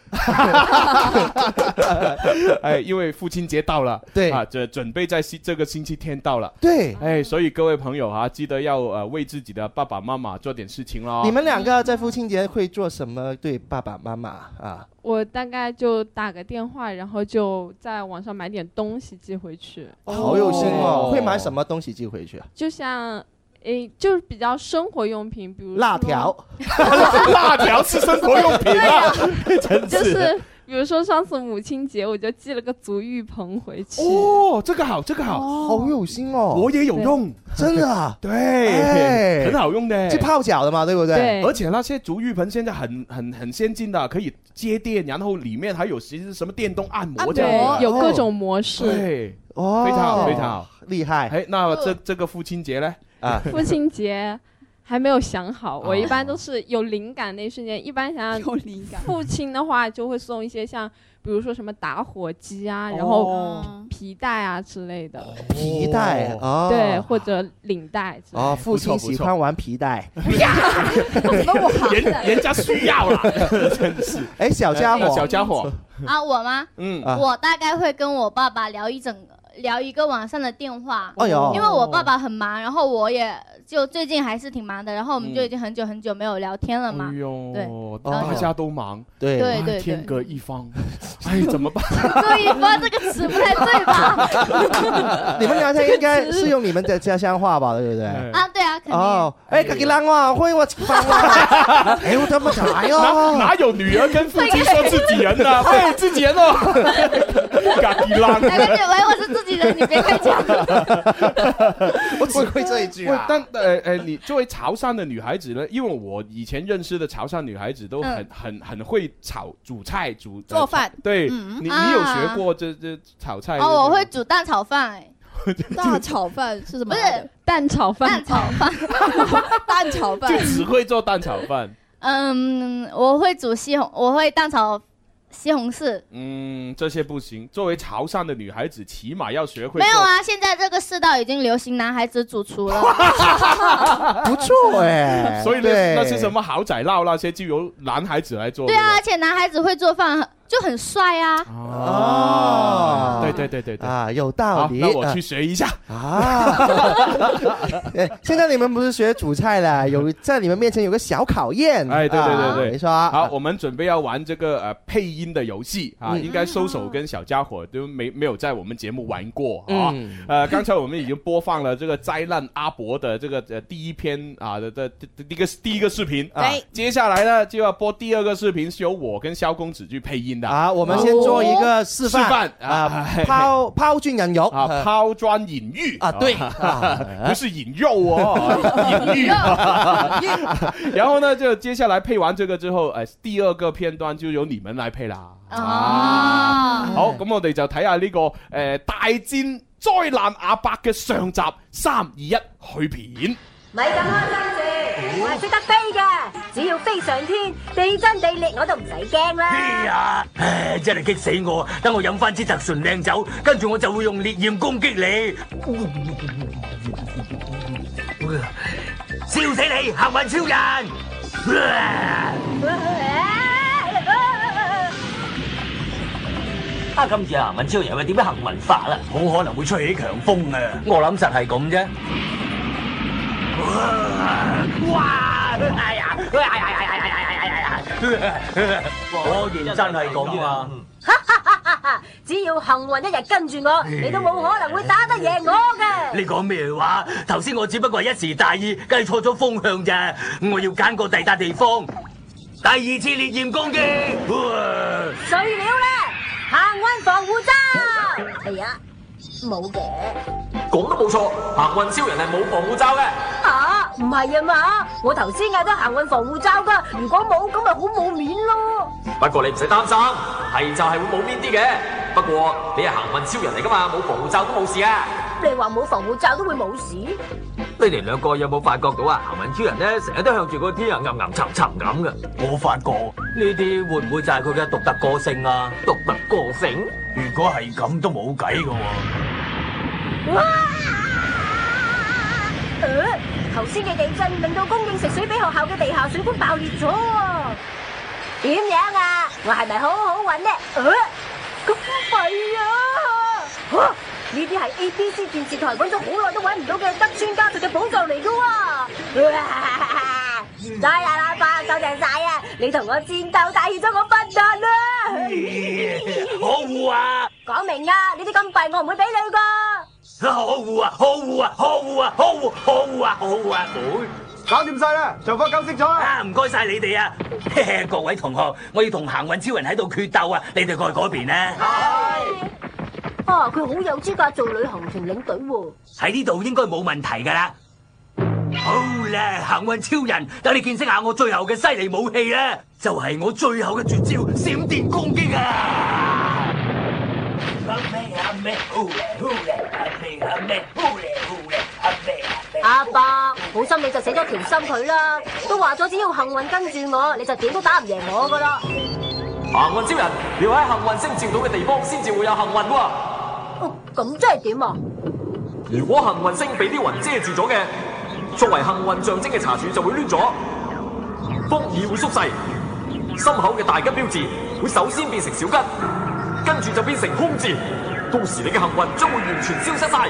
Speaker 3: 哎，因為父親節到了，
Speaker 4: 對
Speaker 3: 啊，準備在這個星期天到了，
Speaker 4: 對，
Speaker 3: 哎，所以各位朋友啊，記得要為自己的爸爸媽媽做點事情咯。
Speaker 4: 你們兩個在父親節會做什麼對爸爸媽媽啊？
Speaker 14: 我大概就打個電話，然後就在網上買點東西寄回去。
Speaker 4: 好有心哦！會買什麼東西寄回去？
Speaker 14: 就像。就是比較生活用品，比如
Speaker 4: 辣條，
Speaker 3: 辣條是生活用品啊，
Speaker 14: 就是比如说上次母亲节，我就寄了个足浴盆回去。
Speaker 3: 哦，这个好，这个好，
Speaker 4: 好有心哦！
Speaker 3: 我也有用，
Speaker 4: 真的啊，
Speaker 3: 对，很好用的，
Speaker 4: 是泡脚的嘛，对不对？
Speaker 14: 对。
Speaker 3: 而且那些足浴盆现在很先进的，可以接电，然后里面还有其实什么电动按摩这样，
Speaker 14: 有各种模式，
Speaker 3: 对，非常好，非常好，
Speaker 4: 厉害。
Speaker 3: 哎，那这个父亲节呢？
Speaker 4: 啊，
Speaker 14: 父亲节。还没有想好，我一般都是有灵感那一瞬间。一般想
Speaker 5: 有灵感，
Speaker 14: 父亲的话就会送一些像，比如说什么打火机啊，然后皮带啊之类的。
Speaker 4: 皮带啊，
Speaker 14: 对，或者领带之类的。
Speaker 4: 哦，父亲喜欢玩皮带，
Speaker 3: 人家需要了，真是。
Speaker 4: 哎，小家伙
Speaker 12: 啊，我吗？我大概会跟我爸爸聊一个晚上的电话，因为我爸爸很忙，然后我也就最近还是挺忙的，然后我们就已经很久没有聊天了嘛。对，
Speaker 3: 大家都忙，
Speaker 4: 对，
Speaker 3: 天各一方，哎，怎么办？
Speaker 12: 各一方这个词不太对吧？
Speaker 4: 你们聊天应该是用你们的家乡话吧，对不对？
Speaker 12: 啊，对啊，肯定。
Speaker 4: 哦，哎，自己人啊，欢迎我吃饭啊！哎，我怎么来哦？
Speaker 3: 哪有女儿跟父亲说自己人呢？哎，自己人哦，自己人。
Speaker 12: 喂，我是自己人，你别太讲。
Speaker 4: 我只会这一句啊。
Speaker 3: 但你作为潮汕的女孩子呢？因为我以前认识的潮汕女孩子都很会煮菜、做
Speaker 5: 饭。
Speaker 3: 对，你有学过这炒菜？
Speaker 12: 哦，我会煮蛋炒饭哎。
Speaker 5: 蛋炒饭是什么？
Speaker 12: 不是
Speaker 14: 蛋炒饭，
Speaker 5: 蛋炒饭
Speaker 3: 就只会做蛋炒饭。
Speaker 12: 我会煮我会蛋炒西红柿。
Speaker 3: 这些不行。作为潮汕的女孩子，起码要学会。
Speaker 12: 没有啊，现在这个世道已经流行男孩子主厨了。
Speaker 4: 不错哎。
Speaker 3: 所以那是什么豪宅烙那些就由男孩子来做。
Speaker 12: 对啊，而且男孩子会做饭就很帅啊。
Speaker 3: 哦，对
Speaker 4: 啊，有道理。
Speaker 3: 那我去学一下
Speaker 4: 啊。现在你们不是学煮菜了，在你们面前有个小考验。
Speaker 3: 哎，对，
Speaker 4: 没错。
Speaker 3: 好，我们准备要玩这个配音的游戏啊，应该收手跟小家伙都没有在我们节目玩过啊。刚才我们已经播放了这个灾难阿伯的这个第一篇啊的第一个视频啊，接下来呢就要播第二个视频，是由我跟萧公子去配音的
Speaker 4: 啊。我们先做一个示范啊，抛砖引玉
Speaker 3: 啊，抛砖引玉
Speaker 4: 啊，对，
Speaker 3: 不是引诱哦，引玉。然后呢，就接下来配完这个之後，第二個片段就由你們來配啦。好，咁我哋就睇下呢個大戰災難阿伯嘅上集，3、2、1，去片。
Speaker 11: 咪咁開心住，我係識得飛嘅，只要飛上天，地震地裂我都唔使驚啦。
Speaker 10: 哎呀，真係激死我！等我飲翻支特純靚酒，跟住我就會用烈焰攻擊你。笑死你，幸運超人！今次幸運超人會點樣幸運法啦？好可能會吹起強風啊！我諗實係咁啫。哇！哎呀！果然真係咁啊！
Speaker 11: 只要幸運一日跟住我，你都冇可能會打得贏我嘅。
Speaker 10: 你講咩話？頭先我只不過係一時大意，計錯咗風向咋。我要揀個第笪地方。第二次烈焰攻擊。
Speaker 11: 碎料咧，行運防護罩。哎呀，冇嘅。
Speaker 17: 講得冇錯，行運超人係冇防護罩嘅。
Speaker 11: 啊，唔係啊嘛，我頭先嗌咗行運防護罩噶，如果冇咁咪好冇面咯。
Speaker 17: 不過你唔使擔心，係就係會冇面啲嘅。不過你係行運超人嚟噶嘛，冇防護罩都冇事啊。
Speaker 11: 你話冇防護罩都會冇事？
Speaker 17: 你哋兩個有冇發覺到啊？行運超人咧成日都向住個天啊吟沉沉咁嘅。
Speaker 10: 我發覺
Speaker 17: 呢啲會唔會就係佢嘅獨特個性啊？獨特個性？
Speaker 10: 如果係咁都冇計噶喎。
Speaker 11: 頭先嘅地震令到供應食水俾學校嘅地下水管爆裂咗啊！點樣啊？我係咪好好運呢？咁廢啊！呢啲係 ABC 電視台揾咗好耐都揾唔到嘅德川家族嘅寶藏嚟噶喎！災難阿伯，多謝晒啊！你同我戰鬥帶起咗我不達啦！
Speaker 10: 可惡啊！
Speaker 11: 講明啊！呢啲金幣我唔會俾你噶！
Speaker 10: 可惡啊！可惡啊！可惡啊！可惡！可惡啊！可惡啊！
Speaker 13: 搞掂晒啦，上課休息咗
Speaker 10: 啊！唔該晒你哋啊！各位同學，我要同行運超人喺度決鬥啊！你哋過去嗰邊啦。
Speaker 11: 啊，佢好有資格做旅行團領隊喎。
Speaker 10: 喺呢度應該冇問題㗎啦。好啦，行運超人，等你見識下我最後嘅犀利武器啦，就係我最後嘅絕招閃電攻擊啊！
Speaker 11: 阿伯，好心你就死咗條心佢啦，都話咗只要幸運跟住我，你就點都打唔贏我噶啦。
Speaker 17: 行運超人，你要喺幸運星照到嘅地方先至會有幸運喎。
Speaker 11: 咁即係點啊？
Speaker 17: 如果幸運星俾啲雲遮住咗嘅，作為幸運象徵嘅茶柱就會攣咗，風耳會縮細，心口嘅大吉標誌會首先變成小吉，跟住就變成空字，到時你嘅幸運將會完全消失晒。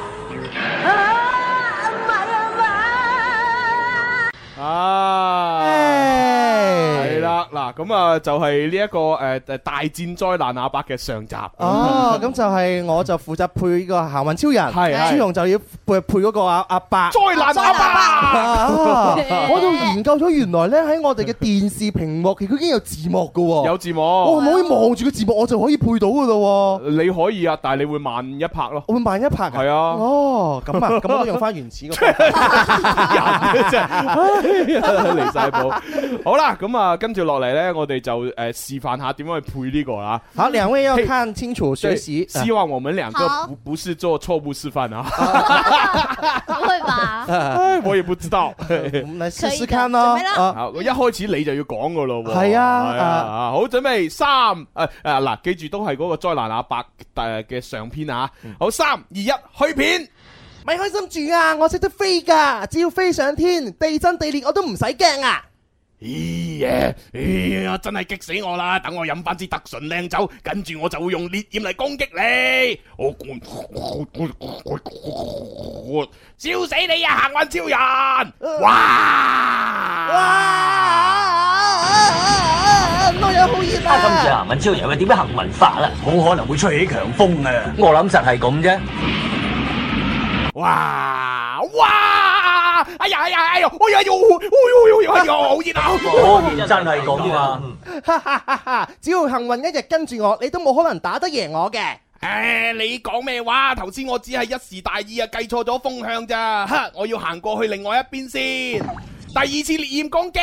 Speaker 3: 係啦，嗱咁啊就係呢一個大戰災難阿伯嘅上集。
Speaker 4: 哦，咁就係我就負責配呢個行運超人，
Speaker 3: 係
Speaker 4: 朱紅就要配嗰個阿伯
Speaker 3: 災難阿伯。
Speaker 4: 我就研究咗原來咧喺我哋嘅電視屏幕，佢已經有字幕噶。
Speaker 3: 有字幕，
Speaker 4: 我可唔可以望住個字幕，我就可以配到噶咯？
Speaker 3: 你可以啊，但係你會慢一拍咯。
Speaker 4: 我會慢一拍啊？
Speaker 3: 係啊。
Speaker 4: 哦，咁啊，咁我都用翻原始嘅。
Speaker 3: 離晒譜，好啦，咁啊，跟住落嚟咧，我哋就示範下點樣去配呢個啦。
Speaker 4: 好，兩位要看清楚學習。
Speaker 3: 希望我們兩個不是做錯誤示範啊。
Speaker 12: 不會吧？
Speaker 3: 我也不知道。
Speaker 4: 我們來試試看咯。
Speaker 3: 好，我一開始你就要講噶咯。
Speaker 4: 係啊，
Speaker 3: 好，準備3，嗱，記住都係嗰個災難阿伯嘅上篇啊。好，3、2、1，去片。
Speaker 4: 咪開心住啊！我識得飛噶，只要飛上天，地震地裂我都唔使驚啊！
Speaker 3: 呀，真係激死我啦！等我飲翻支特純靚酒，跟住我就會用烈焰嚟攻擊你。燒死你啊！行運超人！
Speaker 4: 我有好熱啊！
Speaker 10: 今次行運超人會點樣行運法啦？冇可能會吹起強風啊！我諗實係咁啫。
Speaker 3: 哇！哎呀！好熱啊！
Speaker 10: 果然真係咁啊！
Speaker 4: 只要幸運一日跟住我，你都冇可能打得贏我嘅。
Speaker 3: 你講咩話？頭先我只係一時大意啊，計錯咗風向咋？我要行過去另外一邊先。第二次烈焰攻擊，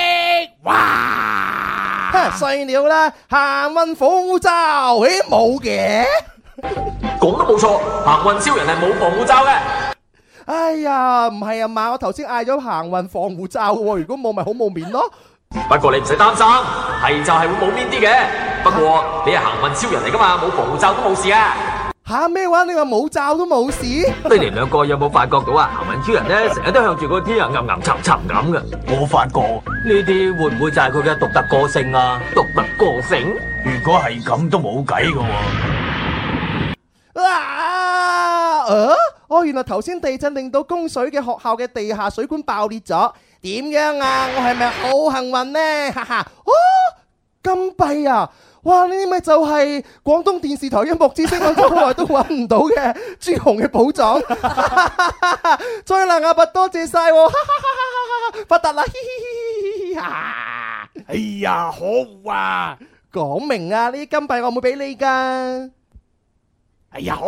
Speaker 3: 哇！
Speaker 4: 碎料啦，幸運防護罩，冇嘅。
Speaker 17: 講得冇錯，行運超人係冇防護罩嘅。
Speaker 4: 哎呀，唔係啊嘛，我頭先嗌咗行運防護罩喎，如果冇咪好冇面咯。
Speaker 17: 不過你唔使擔心，係就係會冇面啲嘅。不過你係行運超人嚟噶嘛，冇防護罩都冇事啊。
Speaker 4: 吓咩話？你話冇罩都冇事？
Speaker 17: 你哋兩個有冇發覺到啊？行運超人咧成日都向住個天啊吟沉沉咁嘅。
Speaker 10: 我發覺呢啲會唔會就係佢嘅獨特個性啊？
Speaker 17: 獨特個性？
Speaker 10: 如果係咁都冇計噶。
Speaker 4: 原來頭先地震令到供水嘅學校嘅地下水管爆裂咗，點樣啊？我係咪好幸運呢？哈哈！金幣啊！哇！呢啲咪就係廣東電視台音樂之聲我好耐都揾唔到嘅朱紅嘅寶藏。災難阿伯多謝晒，發達啦！
Speaker 3: 哎呀，可惡啊！
Speaker 4: 講明啊，呢啲金幣我唔會俾你噶。
Speaker 3: 哎呀，好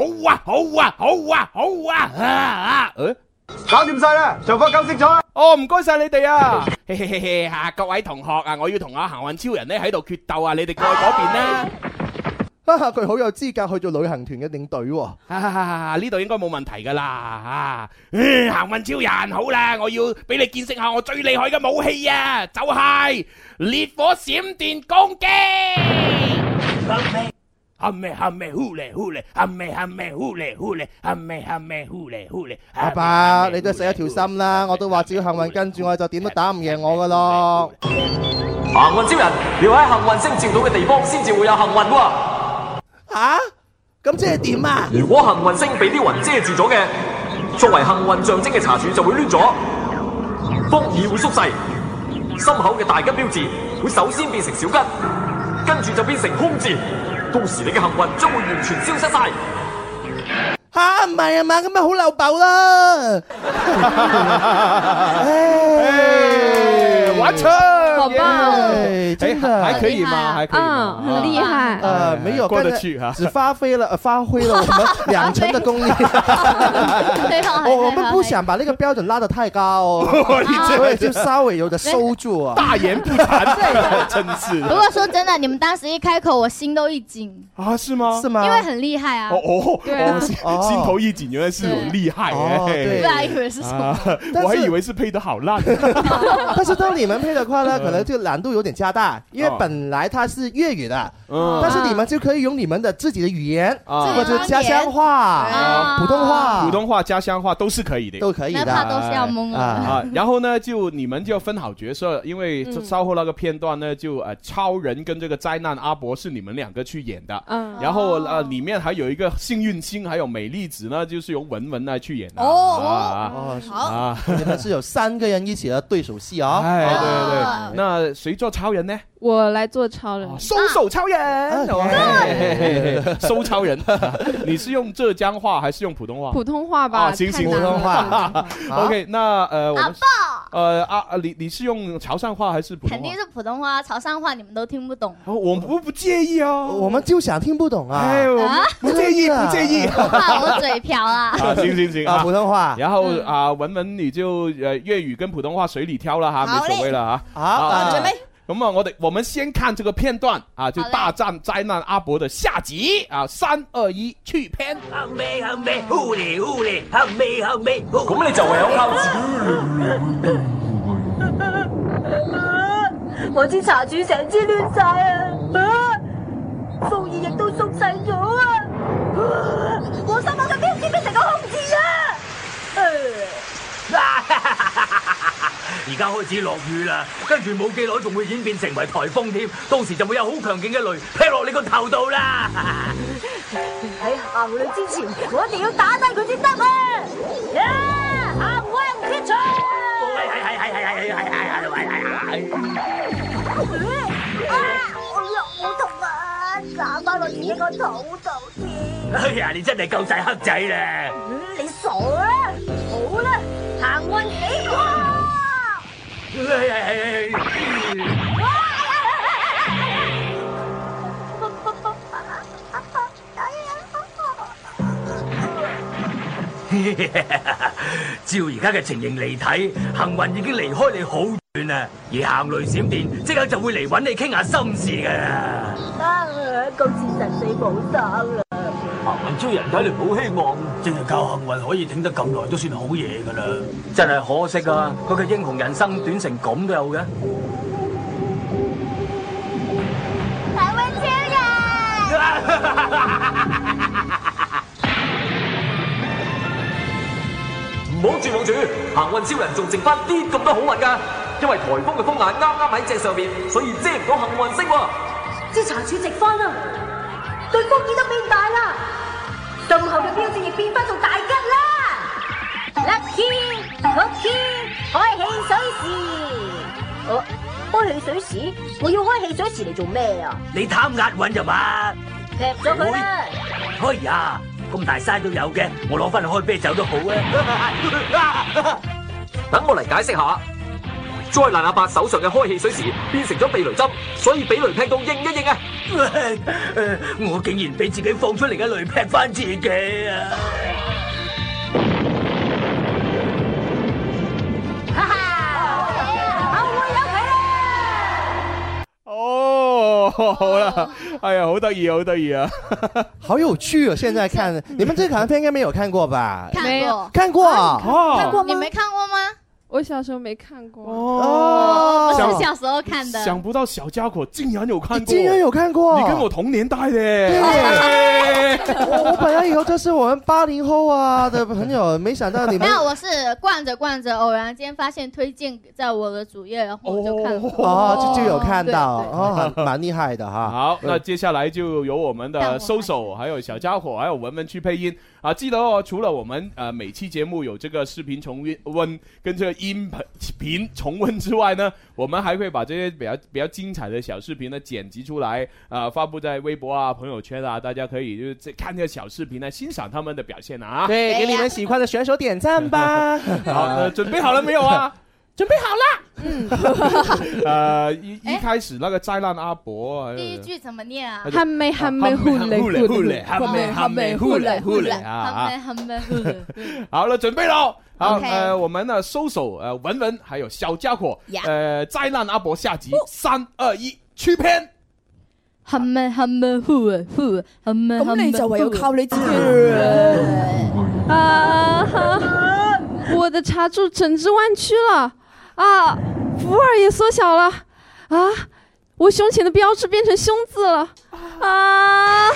Speaker 3: 啊！
Speaker 13: 搞掂晒啦，上課休息咗。
Speaker 3: 哦，唔該晒你哋啊！各位同學啊，我要同阿行運超人咧喺度決鬥啊！你哋過去嗰邊啦。
Speaker 4: 佢好有資格去做旅行團嘅領隊喎。
Speaker 3: 呢度應該冇問題噶啦。行運超人，好啦，我要俾你見識下我最厲害嘅武器啊！就係烈火閃電攻擊。
Speaker 4: 阿爸，你都死一條心啦！我都話只要幸運跟住我，就點都打唔贏我噶咯。
Speaker 17: 行運超人，你要喺幸運星照到嘅地方先至會有幸運喎。
Speaker 4: 咁即係點啊？
Speaker 17: 如果幸運星俾啲雲遮住咗嘅，作為幸運象徵嘅茶柱就會攣咗，風耳會縮細，心口嘅大吉標誌會首先變成小吉，跟住就變成空字。到時你嘅幸運將會完全消失晒。
Speaker 4: 嚇唔係啊嘛，咁咪好漏爆啦！
Speaker 3: 完成，
Speaker 14: 好棒！
Speaker 4: 真的
Speaker 3: 还可以吗？还可以吗？
Speaker 14: 很厉害。
Speaker 4: 没有
Speaker 3: 过得去哈，
Speaker 4: 只发挥了我们2成的功力。我们不想把那个标准拉得太高，所以就稍微有点收住啊。
Speaker 3: 大言不惭，真是。
Speaker 12: 不过说真的，你们当时一开口，我心都一紧
Speaker 3: 啊，是吗？
Speaker 4: 是吗？
Speaker 12: 因为很厉害啊。
Speaker 3: 心头一紧，原来是很厉害
Speaker 12: 对，本来以为是什么，
Speaker 3: 我还以为是配得好烂。
Speaker 4: 但是当你们配的话呢，可能就难度有点加大，因为本来它是粤语的，但是你们就可以用你们的自己的语言，或者家乡话、普通话、
Speaker 3: 家乡话都是可以的，
Speaker 4: 都可以的。
Speaker 12: 那怕都是要蒙
Speaker 3: 啊。然后呢，就你们就分好角色，因为稍后那个片段呢，就超人跟这个灾难阿伯是你们2个去演的，然后里面还有一个幸运星，还有美丽子呢，就是由文文来去演的。
Speaker 4: 好，你们是有3个人一起的对手戏啊。
Speaker 3: 对，那谁做超人呢？
Speaker 14: 我来做超人，
Speaker 3: 收手超人，收超人。你是用浙江话还是用普通话？
Speaker 14: 普通话吧。
Speaker 3: 行，
Speaker 4: 普通话。
Speaker 3: OK， 那
Speaker 12: 阿
Speaker 3: 爸，你是用潮汕话还是普通话？
Speaker 12: 肯定是普通话，潮汕话你们都听不懂。
Speaker 3: 我们不介意啊，
Speaker 4: 我们就想听不懂啊。
Speaker 3: 不介意。
Speaker 12: 怕我嘴瓢啊。
Speaker 3: 行啊，
Speaker 4: 普通话。
Speaker 3: 然后文你就粤语跟普通话水里挑了哈，没所谓了哈。
Speaker 5: 好，准备。
Speaker 3: 咁啊，我们先看这个片段啊，就大战灾难阿伯的下集啊，3、2、1，去片。
Speaker 10: 咁你就唯有靠自己。
Speaker 11: 我支茶柱成支亂晒啊！風兒亦都縮細咗啊！我心口嘅標誌變成個空字啊！
Speaker 10: 而家開始落雨啦，跟住冇幾耐仲會演變成為颱風添，到時就會有好強勁嘅雷劈落你個頭度啦！
Speaker 11: 喺行雷之前，我一定要打低佢先得啊！行運決賽！好痛啊！打翻落自己個肚度添。
Speaker 10: 哎呀，你真係夠晒黑仔啦！
Speaker 11: 你傻啊！好啦，行運幾個？
Speaker 10: 照而家嘅情形嚟睇，幸運已經離開你好遠啦，而行雷閃電即刻就會嚟揾你傾下心事噶啦。
Speaker 11: 今次實死冇生啦！
Speaker 10: 行運超人睇嚟冇希望，淨係靠幸運可以挺得咁耐都算好嘢噶啦。真係可惜啊，佢嘅英雄人生短成咁都有嘅。
Speaker 11: 幸運超人！
Speaker 17: 唔好絕望住，行運超人仲剩翻啲咁多好運㗎，因為颱風嘅風眼啱啱喺隻上面，所以遮唔到幸運星喎。
Speaker 11: 支茶柱直翻啦，對風耳都變大啦，身後嘅標誌亦變翻做大吉啦 ！Lucky，開汽水時，開汽水時，我要開汽水時嚟做咩啊？
Speaker 10: 你貪押韻咋嘛？
Speaker 11: 劈咗佢啦！
Speaker 10: 哎呀！咁大山都有嘅，我攞翻去開啤酒都好啊！
Speaker 17: 等我嚟解釋下，災難阿伯手上嘅開汽水時變成咗避雷針，所以俾雷劈到應一應啊！
Speaker 10: 我竟然俾自己放出嚟嘅雷劈翻自己啊！
Speaker 11: 哈哈，後會有期啦！
Speaker 3: 哦，好啦，哎呀，好得意啊！
Speaker 4: 好有趣哦！现在看你们这卡通片应该没有看过吧？
Speaker 12: 看过，
Speaker 4: 看过啊？
Speaker 12: 看过吗？你没看过吗？
Speaker 14: 我小时候没看过
Speaker 12: 我是小时候看的。
Speaker 3: 想不到小家伙竟然有看过，
Speaker 4: 竟然有看过，
Speaker 3: 你跟我同年代的。
Speaker 4: 我本来以为这是我们80后啊的朋友，没想到你们
Speaker 12: 没有，我是逛着，偶然间发现推荐在我的主页，然后我就看了。
Speaker 4: 就有看到，蛮厉害的哈。
Speaker 3: 好，那接下来就由我们的搜手，还有小家伙，还有文文去配音。 啊，记得哦，除了我们每期节目有这个视频重温跟这个音频重温之外呢，我们还会把这些比较精彩的小视频呢剪辑出来，发布在微博啊、朋友圈啊，大家可以就是看这个小视频来欣赏他们的表现啊。
Speaker 4: 对，给你们喜欢的选手点赞吧。
Speaker 3: 好，准备好了没有啊？
Speaker 4: 准备好
Speaker 3: 了。一开始那个灾难阿伯，
Speaker 12: 第一句怎么念啊？
Speaker 14: 喊没呼嘞呼嘞，
Speaker 3: 喊没呼嘞呼嘞啊！好了，准备了。好，我们呢收手，文文还有小家伙，灾难阿伯下集，3、2、1，去片。
Speaker 12: 喊没呼嘞呼，喊没。
Speaker 5: 咁你就唯有靠你自己。
Speaker 14: 我的茶柱整只弯曲了。啊，福尔也缩小了啊！我胸前的标志变成凶字了啊！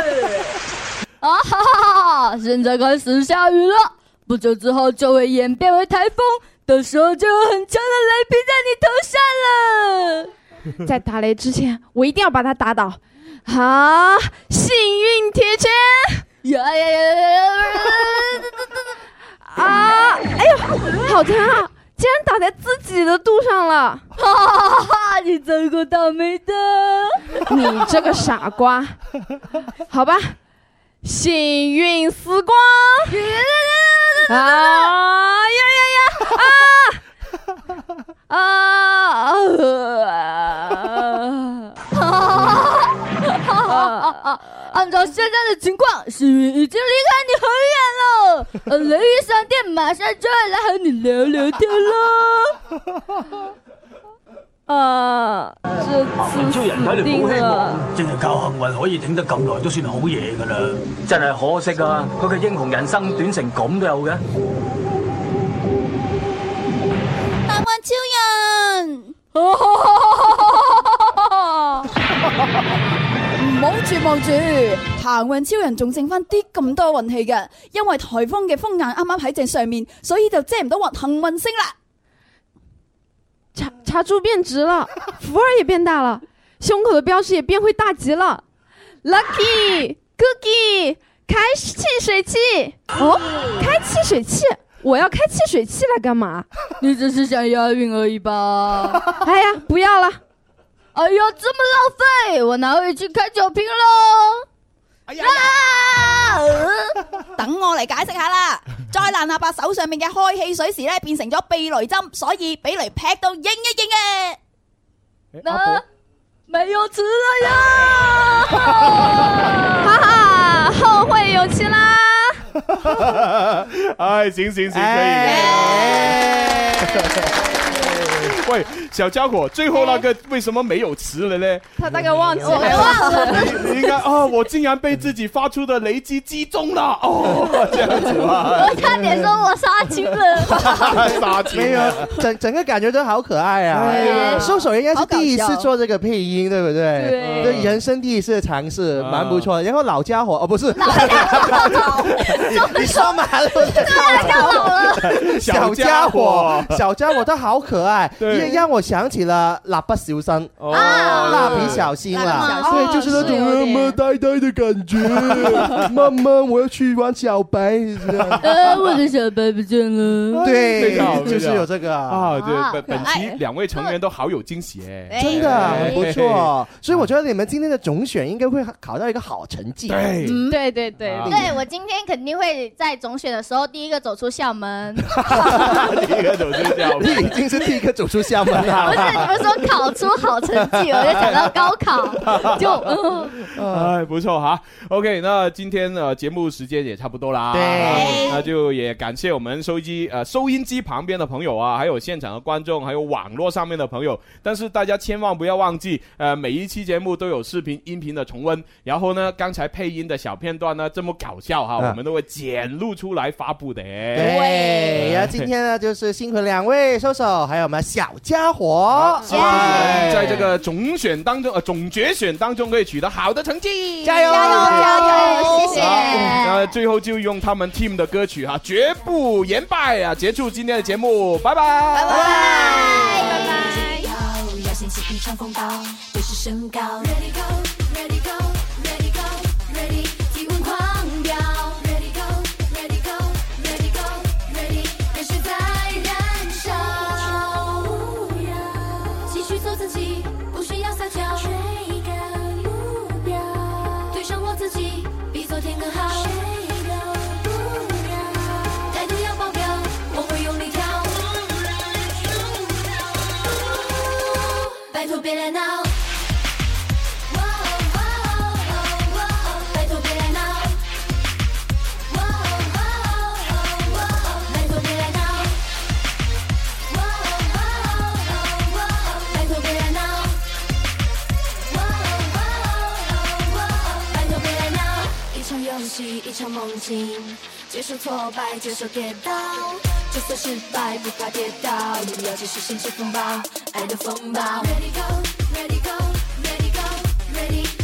Speaker 12: 现在开始下雨了，不久之后就会演变为台风，到时候就有很强的雷劈在你头上了。
Speaker 14: 在打雷之前，我一定要把它打倒。啊！幸运铁拳！啊！哎呦，好疼啊！竟然打在自己的肚上了！
Speaker 12: 你这个倒霉的！
Speaker 14: 你这个傻瓜！好吧，幸运丝光！
Speaker 12: 按照现在的情况，幸运已经离开你很远了，雷雨闪电马上就会来和你聊聊天了。
Speaker 10: 這次人睇嚟好希望，淨係靠幸運可以挺得咁耐都算好嘢㗎啦！真係可惜啊，佢嘅英雄人生短成咁都有嘅。
Speaker 5: 大運超人！唔好絕望住，行運超人仲剩翻啲咁多運氣嘅，因為颱風嘅風眼啱啱喺正上面，所以就遮唔到幸運星啦。
Speaker 14: 茶柱變直了，福爾也變大了，胸口的標誌也變回大極了。Lucky Cookie 開汽水器哦，開汽水器，我要開汽水器來幹嘛？
Speaker 12: 你只是想押韻而已吧？
Speaker 14: 哎呀，不要了！
Speaker 12: 哎呀，這麼浪費，我拿回去開酒瓶咯。
Speaker 5: 哎呀！等我嚟解釋下啦。災難阿伯手上面嘅開汽水匙咧變成咗避雷針，所以俾雷劈到應一應嘅。
Speaker 12: 沒有吃了呀！
Speaker 14: 哈哈，後會有期啦！
Speaker 3: 哎，行，可以。喂，小家伙，最后那个为什么没有词了呢？
Speaker 14: 他大概忘记了，
Speaker 3: 应该哦，我竟然被自己发出的雷击击中了哦，这样子吗？
Speaker 12: 我差点说我杀青了，
Speaker 3: 杀青
Speaker 4: 没有，整个感觉都好可爱啊！收手应该是第一次做这个配音，对不对？对，人生第一次的尝试，蛮不错。然后老家伙哦，不是，你说马路
Speaker 12: 太老了，
Speaker 4: 小家伙他好可爱。也让我想起了蜡笔小新蜡笔小新啦，对，就是那种那么呆呆的感觉。妈妈，我要去玩小白，
Speaker 12: 我的小白不见了。
Speaker 4: 对，就是有这个
Speaker 3: 啊。对，本期两位成员都好有惊喜哎，
Speaker 4: 真的很不错。所以我觉得你们今天的总选应该会考到一个好成绩。
Speaker 14: 对，
Speaker 12: 我今天肯定会在总选的时候第一个走出校门。
Speaker 3: 第一个走出校门，
Speaker 4: 你已经是第一个走出校门了。
Speaker 12: 不是，你们说考出好成绩，我就想到高考，就
Speaker 3: 不错哈。OK， 那今天节目时间也差不多啦，
Speaker 4: 对，
Speaker 3: 那就也感谢我们收音机旁边的朋友啊，还有现场的观众，还有网络上面的朋友。但是大家千万不要忘记，每一期节目都有视频、音频的重温。然后呢，刚才配音的小片段呢，这么搞笑哈，我们都会剪录出来发布的。
Speaker 4: 对，然后今天呢，就是辛苦两位收手，还有我们小家伙，
Speaker 3: 在这个总决选当中可以取得好的成绩，
Speaker 4: 加油！
Speaker 12: 谢谢。
Speaker 3: 最后就用他们 team 的歌曲哈，绝不言败啊，结束今天的节目，拜拜，
Speaker 8: 拜拜。要掀起一场风暴，对视升高 ，Ready go，Ready go，Ready go，Ready 体温狂飙 ，Ready go。 别来闹。拜托别来闹。拜托别来闹。拜托别来闹。拜托别来闹。一场游戏，一场梦境，接受挫败，接受跌倒，就算失败不怕跌倒，也要继续掀起风暴，爱的风暴。Ready go, ready go, ready go, ready.